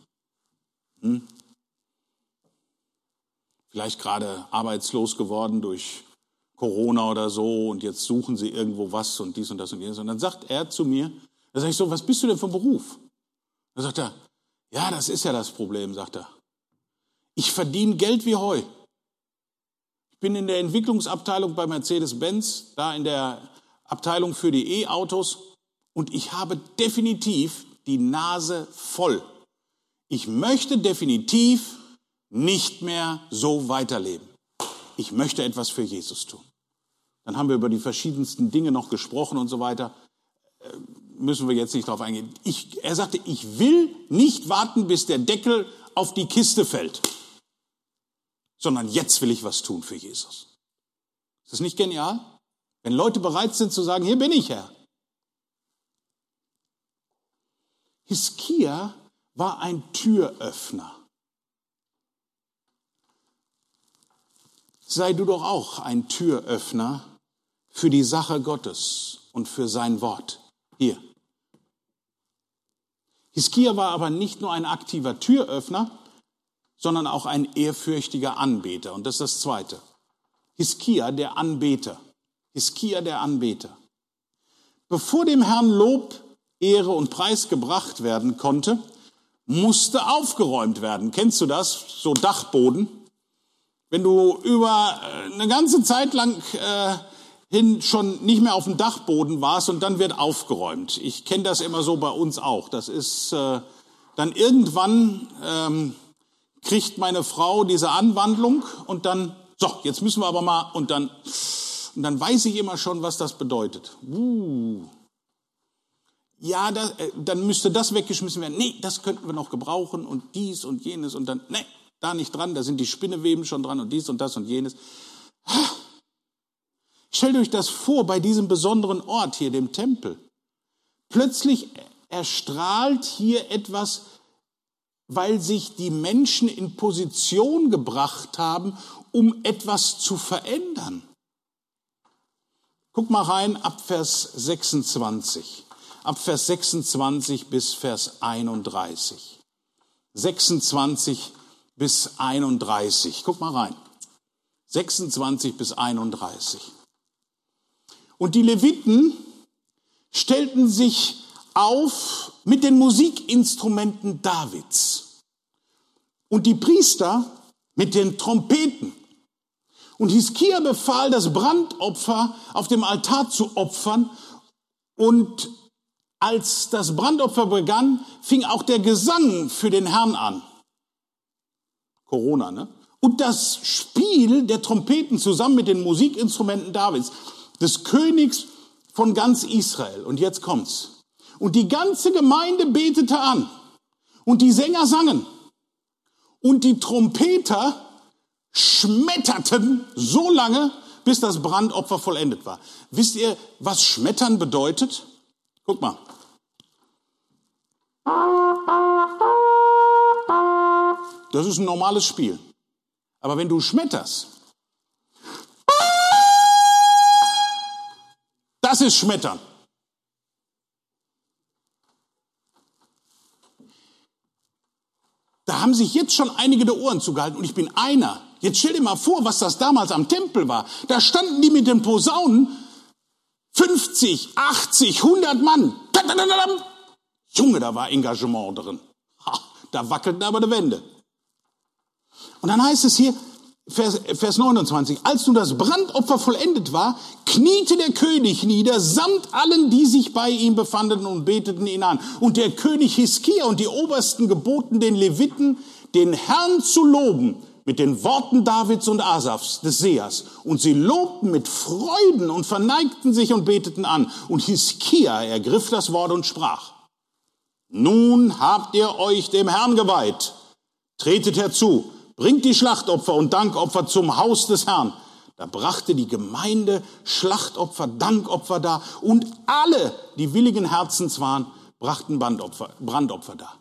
vielleicht gerade arbeitslos geworden durch Corona oder so und jetzt suchen sie irgendwo was und dies und das und jenes. Und dann sagt er zu mir, da sage ich so, was bist du denn vom Beruf? Da sagt er, ja, das ist ja das Problem, sagt er. Ich verdiene Geld wie Heu. Ich bin in der Entwicklungsabteilung bei Mercedes-Benz, da in der Abteilung für die E-Autos und ich habe definitiv die Nase voll. Ich möchte definitiv nicht mehr so weiterleben. Ich möchte etwas für Jesus tun. Dann haben wir über die verschiedensten Dinge noch gesprochen und so weiter. Müssen wir jetzt nicht drauf eingehen. Er sagte, ich will nicht warten, bis der Deckel auf die Kiste fällt, sondern jetzt will ich was tun für Jesus. Ist das nicht genial? Wenn Leute bereit sind zu sagen, hier bin ich, Herr. Hiskia war ein Türöffner. Sei du doch auch ein Türöffner für die Sache Gottes und für sein Wort. Hier. Hiskia war aber nicht nur ein aktiver Türöffner, sondern auch ein ehrfürchtiger Anbeter. Und das ist das Zweite. Hiskia, der Anbeter. Hiskia, der Anbeter. Bevor dem Herrn Lob, Ehre und Preis gebracht werden konnte, musste aufgeräumt werden. Kennst du das? So Dachboden. Wenn du über eine ganze Zeit lang hin schon nicht mehr auf dem Dachboden warst und dann wird aufgeräumt. Ich kenne das immer so bei uns auch. Das ist dann irgendwann kriegt meine Frau diese Anwandlung und dann, so, jetzt müssen wir aber mal und dann weiß ich immer schon, was das bedeutet. Ja, dann müsste das weggeschmissen werden. Nee, das könnten wir noch gebrauchen und dies und jenes und dann, nee, da nicht dran, da sind die Spinneweben schon dran und dies und das und jenes. Stellt euch das vor, bei diesem besonderen Ort hier, dem Tempel. Plötzlich erstrahlt hier etwas, weil sich die Menschen in Position gebracht haben, um etwas zu verändern. Guck mal rein, ab Vers 26. Ab Vers 26 bis Vers 31. 26 bis 31. Guck mal rein. 26 bis 31. Und die Leviten stellten sich auf mit den Musikinstrumenten Davids. Und die Priester mit den Trompeten. Und Hiskia befahl, das Brandopfer auf dem Altar zu opfern. Und als das Brandopfer begann, fing auch der Gesang für den Herrn an. Corona, ne? Und das Spiel der Trompeten zusammen mit den Musikinstrumenten Davids, des Königs von ganz Israel. Und jetzt kommt's. Und die ganze Gemeinde betete an. Und die Sänger sangen. Und die Trompeter schmetterten so lange, bis das Brandopfer vollendet war. Wisst ihr, was Schmettern bedeutet? Guck mal. Das ist ein normales Spiel. Aber wenn du schmetterst, das ist Schmettern. Da haben sich jetzt schon einige die Ohren zugehalten und ich bin einer. Jetzt stell dir mal vor, was das damals am Tempel war. Da standen die mit den Posaunen, 50, 80, 100 Mann. Junge, da war Engagement drin. Da wackelten aber die Wände. Und dann heißt es hier, Vers 29, als nun das Brandopfer vollendet war, kniete der König nieder, samt allen, die sich bei ihm befanden und beteten ihn an. Und der König Hiskia und die Obersten geboten den Leviten, den Herrn zu loben, mit den Worten Davids und Asafs, des Sehers. Und sie lobten mit Freuden und verneigten sich und beteten an. Und Hiskia ergriff das Wort und sprach: Nun habt ihr euch dem Herrn geweiht. Tretet herzu, bringt die Schlachtopfer und Dankopfer zum Haus des Herrn. Da brachte die Gemeinde Schlachtopfer, Dankopfer dar und alle, die willigen Herzens waren, brachten Brandopfer dar.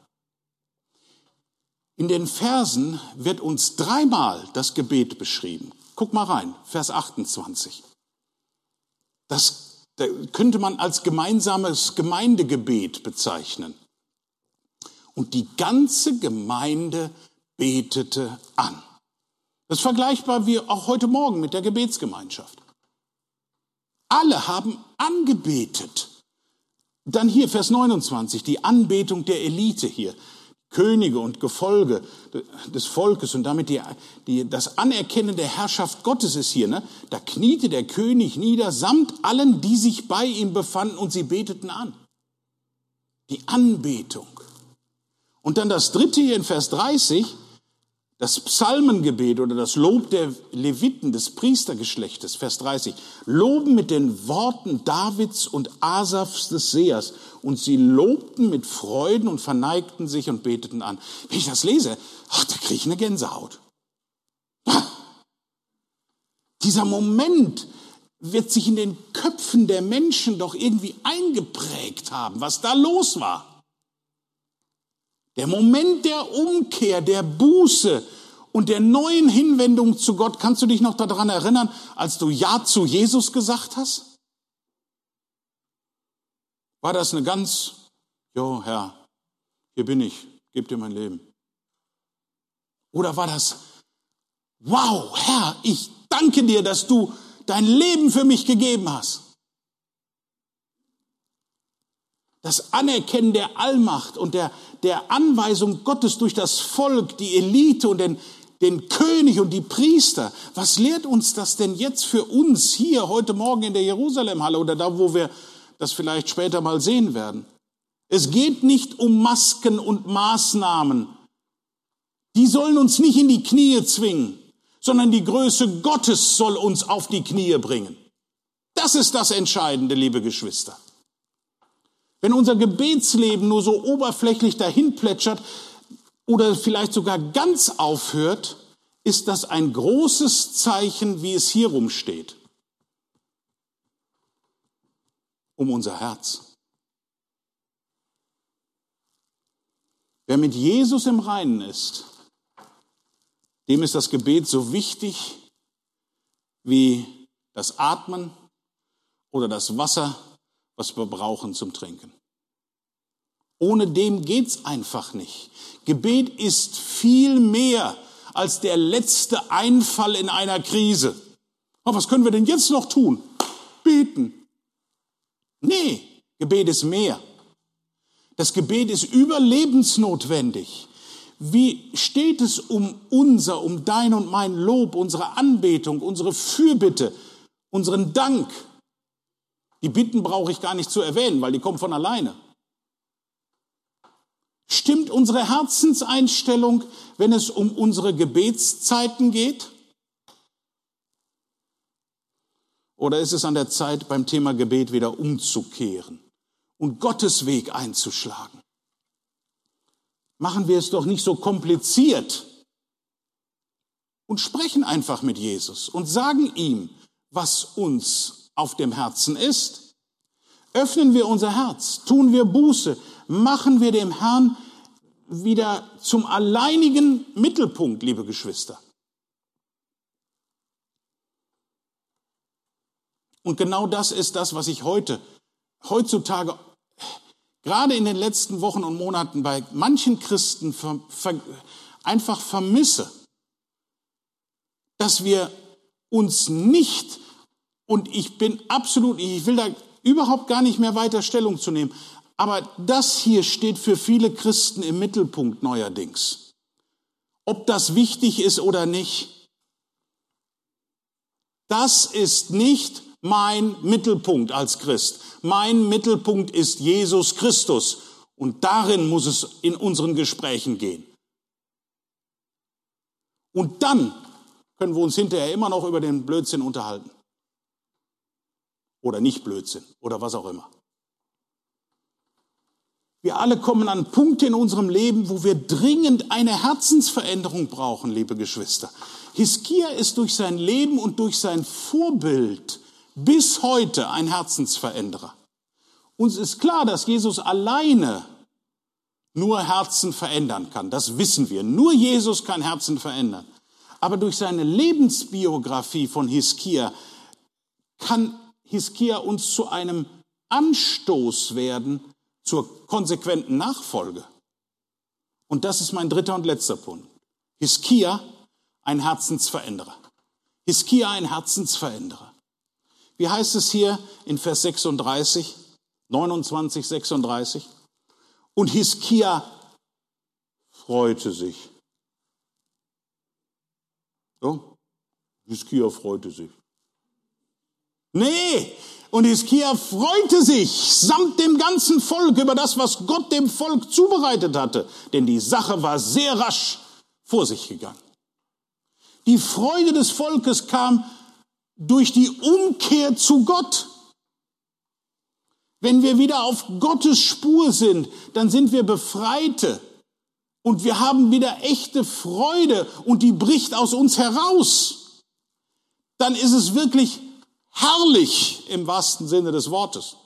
In den Versen wird uns dreimal das Gebet beschrieben. Guck mal rein, Vers 28. Das könnte man als gemeinsames Gemeindegebet bezeichnen. Und die ganze Gemeinde betete an. Das ist vergleichbar wie auch heute Morgen mit der Gebetsgemeinschaft. Alle haben angebetet. Dann hier Vers 29, die Anbetung der Elite hier. Könige und Gefolge des Volkes und damit das Anerkennen der Herrschaft Gottes ist hier. Ne? Da kniete der König nieder, samt allen, die sich bei ihm befanden, und sie beteten an. Die Anbetung. Und dann das dritte hier in Vers 30, das Psalmengebet oder das Lob der Leviten, des Priestergeschlechtes, Vers 30. Loben mit den Worten Davids und Asafs des Sehers. Und sie lobten mit Freuden und verneigten sich und beteten an. Wenn ich das lese, da kriege ich eine Gänsehaut. Dieser Moment wird sich in den Köpfen der Menschen doch irgendwie eingeprägt haben, was da los war. Der Moment der Umkehr, der Buße und der neuen Hinwendung zu Gott. Kannst du dich noch daran erinnern, als du Ja zu Jesus gesagt hast? War das eine ganz, jo Herr, hier bin ich, gebe dir mein Leben? Oder war das, wow, Herr, ich danke dir, dass du dein Leben für mich gegeben hast? Das Anerkennen der Allmacht und der Anweisung Gottes durch das Volk, die Elite und den König und die Priester. Was lehrt uns das denn jetzt für uns hier heute Morgen in der Jerusalemhalle oder da, wo wir das vielleicht später mal sehen werden? Es geht nicht um Masken und Maßnahmen. Die sollen uns nicht in die Knie zwingen, sondern die Größe Gottes soll uns auf die Knie bringen. Das ist das Entscheidende, liebe Geschwister. Wenn unser Gebetsleben nur so oberflächlich dahin plätschert oder vielleicht sogar ganz aufhört, ist das ein großes Zeichen, wie es hier rumsteht, um unser Herz. Wer mit Jesus im Reinen ist, dem ist das Gebet so wichtig wie das Atmen oder das Wasser, was wir brauchen zum Trinken. Ohne dem geht's einfach nicht. Gebet ist viel mehr als der letzte Einfall in einer Krise. Oh, was können wir denn jetzt noch tun? Beten. Nee, Gebet ist mehr. Das Gebet ist überlebensnotwendig. Wie steht es um dein und mein Lob, unsere Anbetung, unsere Fürbitte, unseren Dank? Die Bitten brauche ich gar nicht zu erwähnen, weil die kommen von alleine. Stimmt unsere Herzenseinstellung, wenn es um unsere Gebetszeiten geht? Oder ist es an der Zeit, beim Thema Gebet wieder umzukehren und Gottes Weg einzuschlagen? Machen wir es doch nicht so kompliziert und sprechen einfach mit Jesus und sagen ihm, was uns auf dem Herzen ist. Öffnen wir unser Herz, tun wir Buße, machen wir dem Herrn wieder zum alleinigen Mittelpunkt, liebe Geschwister. Und genau das ist das, was ich heutzutage gerade in den letzten Wochen und Monaten bei manchen Christen einfach vermisse, dass wir uns nicht, und ich will da überhaupt gar nicht mehr weiter Stellung zu nehmen, aber das hier steht für viele Christen im Mittelpunkt neuerdings. Ob das wichtig ist oder nicht, das ist nicht mein Mittelpunkt als Christ. Mein Mittelpunkt ist Jesus Christus und darin muss es in unseren Gesprächen gehen. Und dann können wir uns hinterher immer noch über den Blödsinn unterhalten. Oder nicht Blödsinn oder was auch immer. Wir alle kommen an Punkte in unserem Leben, wo wir dringend eine Herzensveränderung brauchen, liebe Geschwister. Hiskia ist durch sein Leben und durch sein Vorbild bis heute ein Herzensveränderer. Uns ist klar, dass Jesus alleine nur Herzen verändern kann. Das wissen wir. Nur Jesus kann Herzen verändern. Aber durch seine Lebensbiografie von Hiskia kann Hiskia uns zu einem Anstoß werden zur konsequenten Nachfolge. Und das ist mein dritter und letzter Punkt. Hiskia, ein Herzensveränderer. Hiskia, ein Herzensveränderer. Wie heißt es hier in Vers 36, 29, 36? Und Hiskia freute sich. So, Hiskia freute sich. Nee, und Hiskia freute sich samt dem ganzen Volk über das, was Gott dem Volk zubereitet hatte. Denn die Sache war sehr rasch vor sich gegangen. Die Freude des Volkes kam durch die Umkehr zu Gott. Wenn wir wieder auf Gottes Spur sind, dann sind wir Befreite. Und wir haben wieder echte Freude und die bricht aus uns heraus. Dann ist es wirklich herrlich im wahrsten Sinne des Wortes.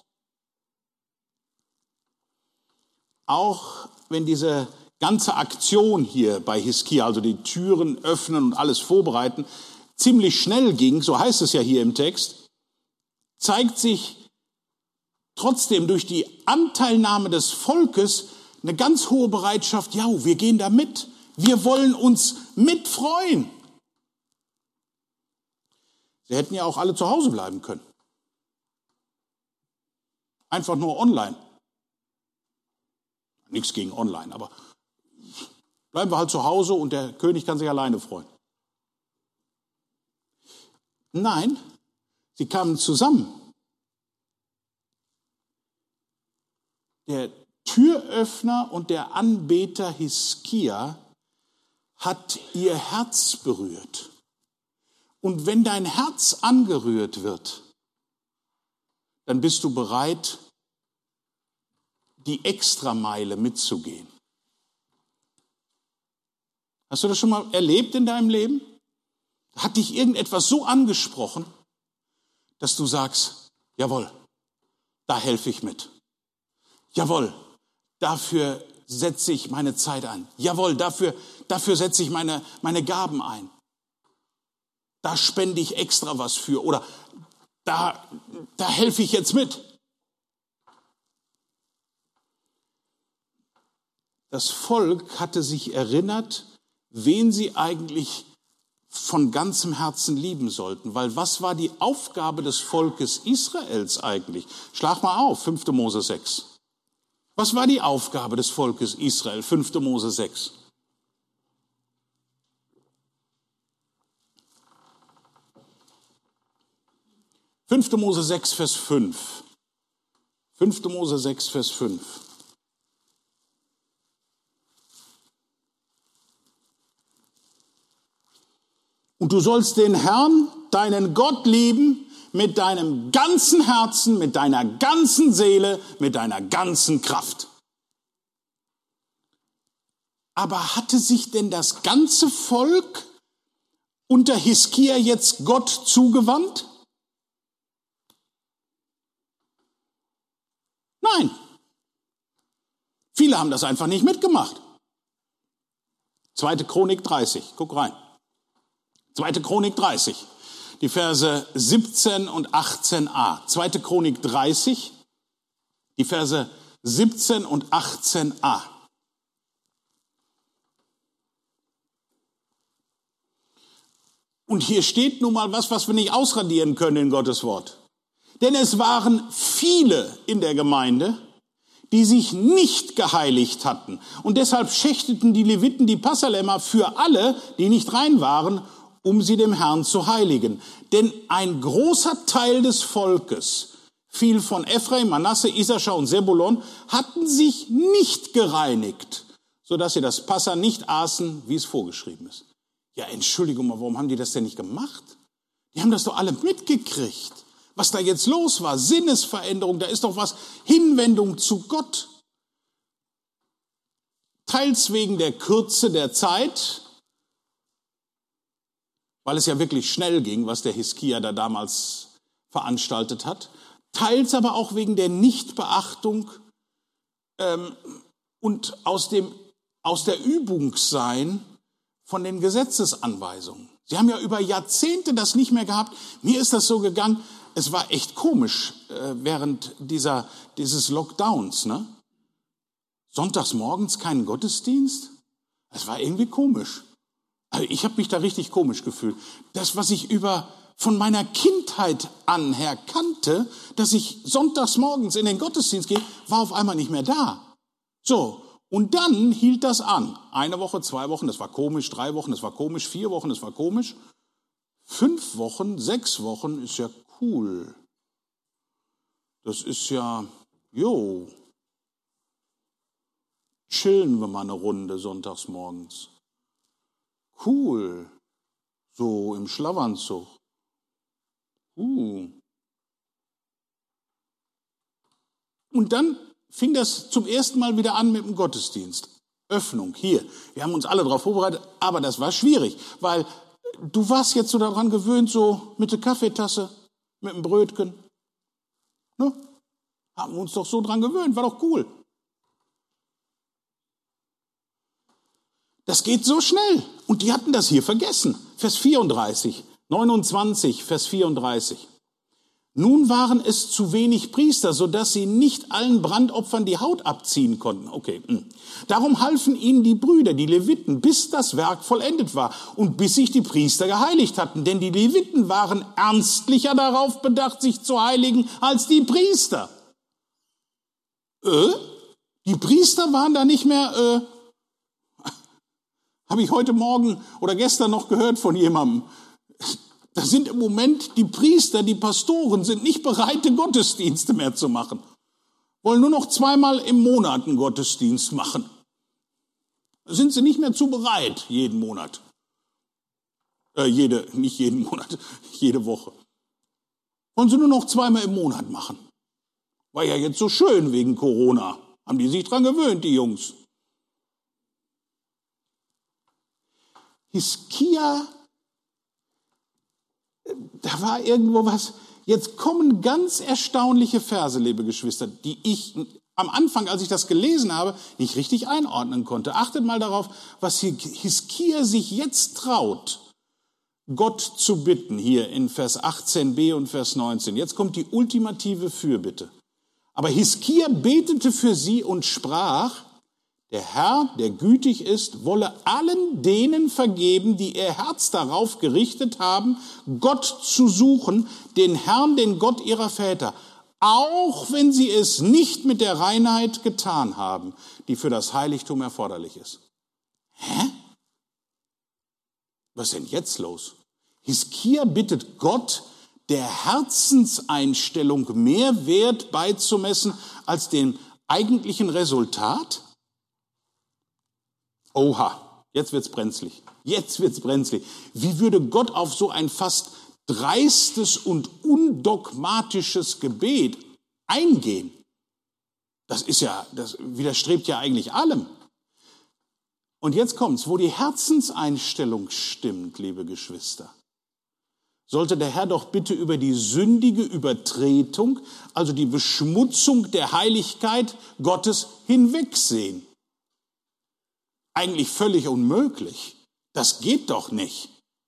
Auch wenn diese ganze Aktion hier bei Hiskia, also die Türen öffnen und alles vorbereiten, ziemlich schnell ging, so heißt es ja hier im Text, zeigt sich trotzdem durch die Anteilnahme des Volkes eine ganz hohe Bereitschaft, ja, wir gehen da mit, wir wollen uns mitfreuen. Sie hätten ja auch alle zu Hause bleiben können. Einfach nur online. Nichts gegen online, aber bleiben wir halt zu Hause und der König kann sich alleine freuen. Nein, sie kamen zusammen. Der Türöffner und der Anbeter Hiskia hat ihr Herz berührt. Und wenn dein Herz angerührt wird, dann bist du bereit, die Extrameile mitzugehen. Hast du das schon mal erlebt in deinem Leben? Hat dich irgendetwas so angesprochen, dass du sagst, jawohl, da helfe ich mit. Jawohl, dafür setze ich meine Zeit ein. Jawohl, dafür setze ich meine Gaben ein. Da spende ich extra was für oder da helfe ich jetzt mit. Das Volk hatte sich erinnert, wen sie eigentlich von ganzem Herzen lieben sollten. Weil was war die Aufgabe des Volkes Israels eigentlich? Schlag mal auf, 5. Mose 6. Was war die Aufgabe des Volkes Israel? 5. Mose 6. Fünfte Mose 6, Vers 5. 5. Mose 6, Vers 5. Und du sollst den Herrn, deinen Gott lieben, mit deinem ganzen Herzen, mit deiner ganzen Seele, mit deiner ganzen Kraft. Aber hatte sich denn das ganze Volk unter Hiskia jetzt Gott zugewandt? Nein. Viele haben das einfach nicht mitgemacht. 2. Chronik 30, guck rein. 2. Chronik 30, die Verse 17 und 18a. 2. Chronik 30, die Verse 17 und 18a. Und hier steht nun mal was wir nicht ausradieren können in Gottes Wort. Denn es waren viele in der Gemeinde, die sich nicht geheiligt hatten. Und deshalb schächteten die Leviten die Passalämmer für alle, die nicht rein waren, um sie dem Herrn zu heiligen. Denn ein großer Teil des Volkes, viel von Ephraim, Manasse, Issachar und Sebulon, hatten sich nicht gereinigt, sodass sie das Passa nicht aßen, wie es vorgeschrieben ist. Ja, Entschuldigung mal, warum haben die das denn nicht gemacht? Die haben das doch alle mitgekriegt. Was da jetzt los war, Sinnesveränderung, da ist doch was, Hinwendung zu Gott. Teils wegen der Kürze der Zeit, weil es ja wirklich schnell ging, was der Hiskia da damals veranstaltet hat. Teils aber auch wegen der Nichtbeachtung und aus der Übung sein von den Gesetzesanweisungen. Sie haben ja über Jahrzehnte das nicht mehr gehabt. Mir ist das so gegangen, es war echt komisch während dieses Lockdowns. Ne? Sonntags morgens keinen Gottesdienst? Es war irgendwie komisch. Also ich habe mich da richtig komisch gefühlt. Das, was ich von meiner Kindheit an her kannte, dass ich sonntags morgens in den Gottesdienst gehe, war auf einmal nicht mehr da. So, und dann hielt das an. 1 Woche, 2 Wochen, das war komisch, 3 Wochen, das war komisch, 4 Wochen, das war komisch. 5 Wochen, 6 Wochen ist ja cool. Das ist ja, chillen wir mal eine Runde sonntags morgens. Cool, so im Schlafanzug. Und dann fing das zum ersten Mal wieder an mit dem Gottesdienst. Öffnung, hier. Wir haben uns alle darauf vorbereitet, aber das war schwierig, weil du warst jetzt so daran gewöhnt, so mit der Kaffeetasse, mit dem Brötchen. Ne? Haben wir uns doch so dran gewöhnt, war doch cool. Das geht so schnell. Und die hatten das hier vergessen. Vers 34, 29, Vers 34. Nun waren es zu wenig Priester, sodass sie nicht allen Brandopfern die Haut abziehen konnten. Okay. Darum halfen ihnen die Brüder, die Leviten, bis das Werk vollendet war und bis sich die Priester geheiligt hatten. Denn die Leviten waren ernstlicher darauf bedacht, sich zu heiligen, als die Priester. Die Priester waren da nicht mehr... Habe ich heute Morgen oder gestern noch gehört von jemandem. Da sind im Moment die Priester, die Pastoren sind nicht bereit, Gottesdienste mehr zu machen. Wollen nur noch 2-mal im Monat einen Gottesdienst machen. Da sind sie nicht mehr zu bereit, jeden Monat. Nicht jeden Monat, jede Woche. Wollen sie nur noch 2-mal im Monat machen. War ja jetzt so schön wegen Corona. Haben die sich dran gewöhnt, die Jungs. Hiskia, da war irgendwo was. Jetzt kommen ganz erstaunliche Verse, liebe Geschwister, die ich am Anfang, als ich das gelesen habe, nicht richtig einordnen konnte. Achtet mal darauf, was Hiskia sich jetzt traut, Gott zu bitten, hier in Vers 18b und Vers 19. Jetzt kommt die ultimative Fürbitte. Aber Hiskia betete für sie und sprach: Der Herr, der gütig ist, wolle allen denen vergeben, die ihr Herz darauf gerichtet haben, Gott zu suchen, den Herrn, den Gott ihrer Väter, auch wenn sie es nicht mit der Reinheit getan haben, die für das Heiligtum erforderlich ist. Hä? Was ist denn jetzt los? Hiskia bittet Gott, der Herzenseinstellung mehr Wert beizumessen als dem eigentlichen Resultat? Oha, jetzt wird's brenzlig. Jetzt wird's brenzlig. Wie würde Gott auf so ein fast dreistes und undogmatisches Gebet eingehen? Das widerstrebt ja eigentlich allem. Und jetzt kommt's, wo die Herzenseinstellung stimmt, liebe Geschwister, sollte der Herr doch bitte über die sündige Übertretung, also die Beschmutzung der Heiligkeit Gottes hinwegsehen. Eigentlich völlig unmöglich. Das geht doch nicht.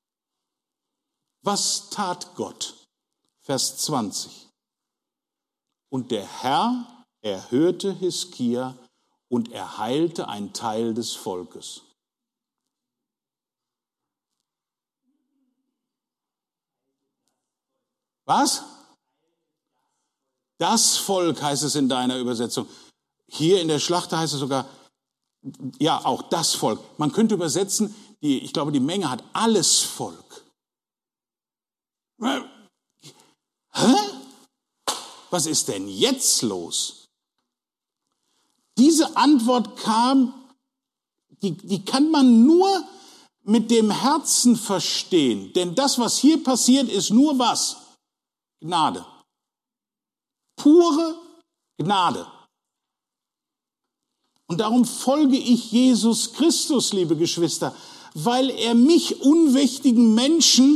Was tat Gott? Vers 20. Und der Herr Er hörte Hiskia und er heilte einen Teil des Volkes. Was? Das Volk heißt es in deiner Übersetzung. Hier in der Schlachter heißt es sogar, ja, auch das Volk. Man könnte übersetzen, ich glaube, die Menge hat alles Volk. Hä? Was ist denn jetzt los? Diese Antwort kam, die kann man nur mit dem Herzen verstehen. Denn das, was hier passiert, ist nur was? Gnade. Pure Gnade. Und darum folge ich Jesus Christus, liebe Geschwister, weil er mich unwichtigen Menschen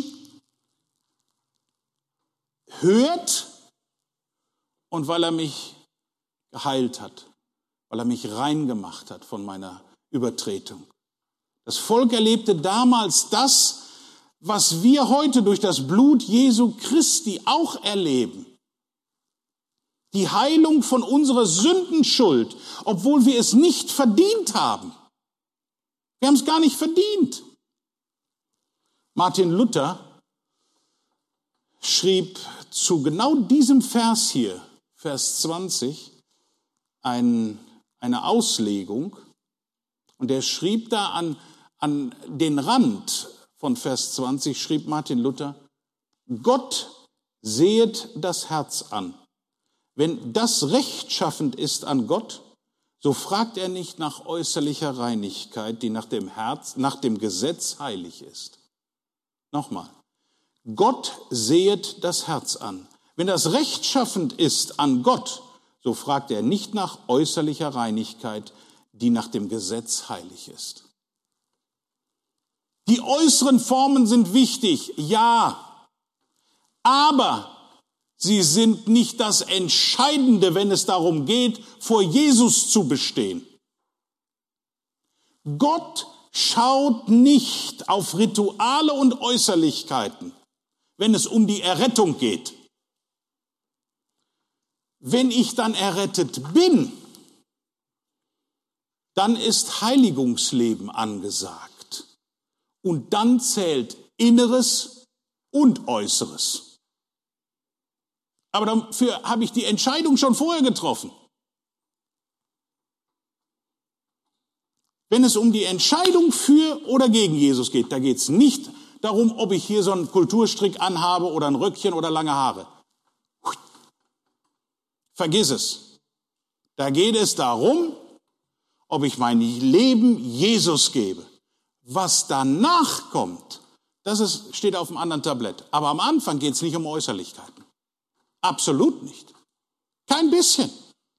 hört und weil er mich geheilt hat, weil er mich rein gemacht hat von meiner Übertretung. Das Volk erlebte damals das, was wir heute durch das Blut Jesu Christi auch erleben. Die Heilung von unserer Sündenschuld, obwohl wir es nicht verdient haben. Wir haben es gar nicht verdient. Martin Luther schrieb zu genau diesem Vers hier, Vers 20, eine Auslegung. Und er schrieb da an den Rand von Vers 20, schrieb Martin Luther, Gott sehet das Herz an. Wenn das rechtschaffend ist an Gott, so fragt er nicht nach äußerlicher Reinigkeit, die nach dem Gesetz heilig ist. Nochmal. Gott sehet das Herz an. Wenn das rechtschaffend ist an Gott, so fragt er nicht nach äußerlicher Reinigkeit, die nach dem Gesetz heilig ist. Die äußeren Formen sind wichtig, ja, aber sie sind nicht das Entscheidende, wenn es darum geht, vor Jesus zu bestehen. Gott schaut nicht auf Rituale und Äußerlichkeiten, wenn es um die Errettung geht. Wenn ich dann errettet bin, dann ist Heiligungsleben angesagt. Und dann zählt Inneres und Äußeres. Aber dafür habe ich die Entscheidung schon vorher getroffen. Wenn es um die Entscheidung für oder gegen Jesus geht, da geht es nicht darum, ob ich hier so einen Kulturstrick anhabe oder ein Röckchen oder lange Haare. Vergiss es. Da geht es darum, ob ich mein Leben Jesus gebe. Was danach kommt, steht auf einem anderen Tablett. Aber am Anfang geht es nicht um Äußerlichkeiten. Absolut nicht. Kein bisschen.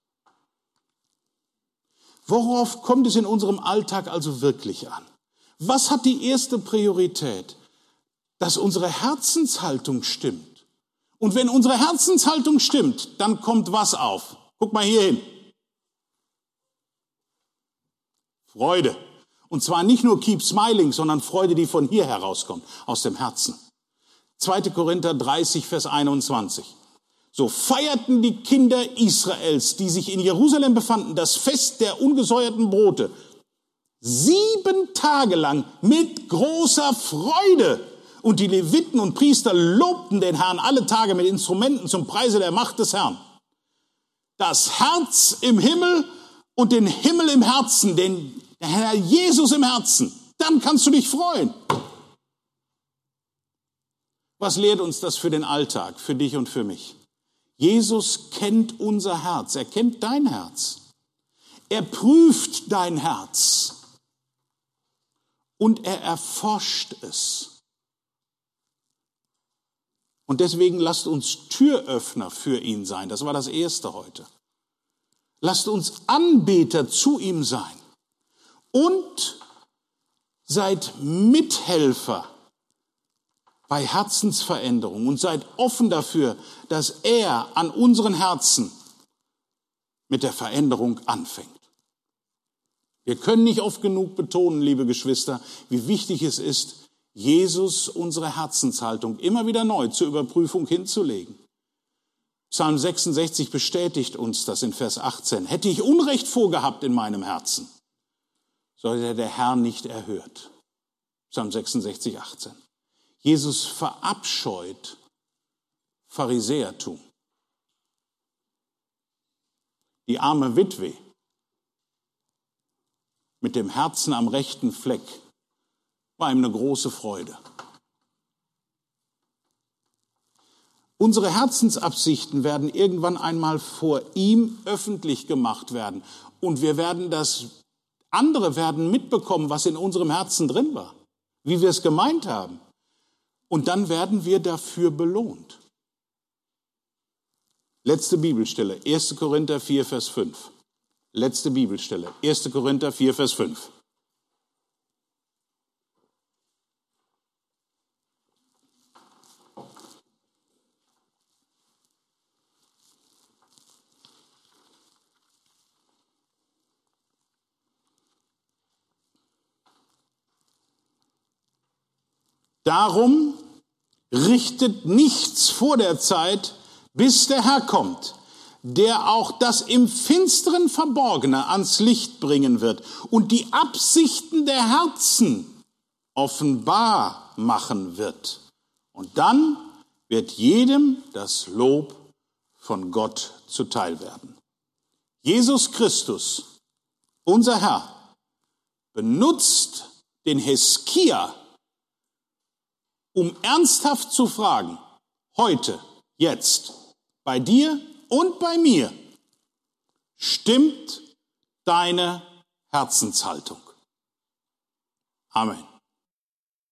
Worauf kommt es in unserem Alltag also wirklich an? Was hat die erste Priorität? Dass unsere Herzenshaltung stimmt. Und wenn unsere Herzenshaltung stimmt, dann kommt was auf? Guck mal hier hin. Freude. Und zwar nicht nur keep smiling, sondern Freude, die von hier herauskommt, aus dem Herzen. 2. Korinther 30, Vers 21. So feierten die Kinder Israels, die sich in Jerusalem befanden, das Fest der ungesäuerten Brote 7 Tage lang mit großer Freude. Und die Leviten und Priester lobten den Herrn alle Tage mit Instrumenten zum Preise der Macht des Herrn. Das Herz im Himmel und den Himmel im Herzen, den Herr Jesus im Herzen. Dann kannst du dich freuen. Was lehrt uns das für den Alltag, für dich und für mich? Jesus kennt unser Herz, er kennt dein Herz. Er prüft dein Herz und er erforscht es. Und deswegen lasst uns Türöffner für ihn sein. Das war das Erste heute. Lasst uns Anbeter zu ihm sein und seid Mithelfer bei Herzensveränderung und seid offen dafür, dass er an unseren Herzen mit der Veränderung anfängt. Wir können nicht oft genug betonen, liebe Geschwister, wie wichtig es ist, Jesus unsere Herzenshaltung immer wieder neu zur Überprüfung hinzulegen. Psalm 66 bestätigt uns das in Vers 18. Hätte ich Unrecht vorgehabt in meinem Herzen, so hätte der Herr nicht erhört. Psalm 66, 18. Jesus verabscheut Pharisäertum. Die arme Witwe mit dem Herzen am rechten Fleck war ihm eine große Freude. Unsere Herzensabsichten werden irgendwann einmal vor ihm öffentlich gemacht werden. Und andere werden mitbekommen, was in unserem Herzen drin war, wie wir es gemeint haben. Und dann werden wir dafür belohnt. Letzte Bibelstelle, 1. Korinther 4, Vers 5. Letzte Bibelstelle, 1. Korinther 4, Vers 5. Darum richtet nichts vor der Zeit, bis der Herr kommt, der auch das im Finsteren Verborgene ans Licht bringen wird und die Absichten der Herzen offenbar machen wird. Und dann wird jedem das Lob von Gott zuteil werden. Jesus Christus, unser Herr, benutzt den Heskia, um ernsthaft zu fragen, heute, jetzt, bei dir und bei mir, stimmt deine Herzenshaltung? Amen.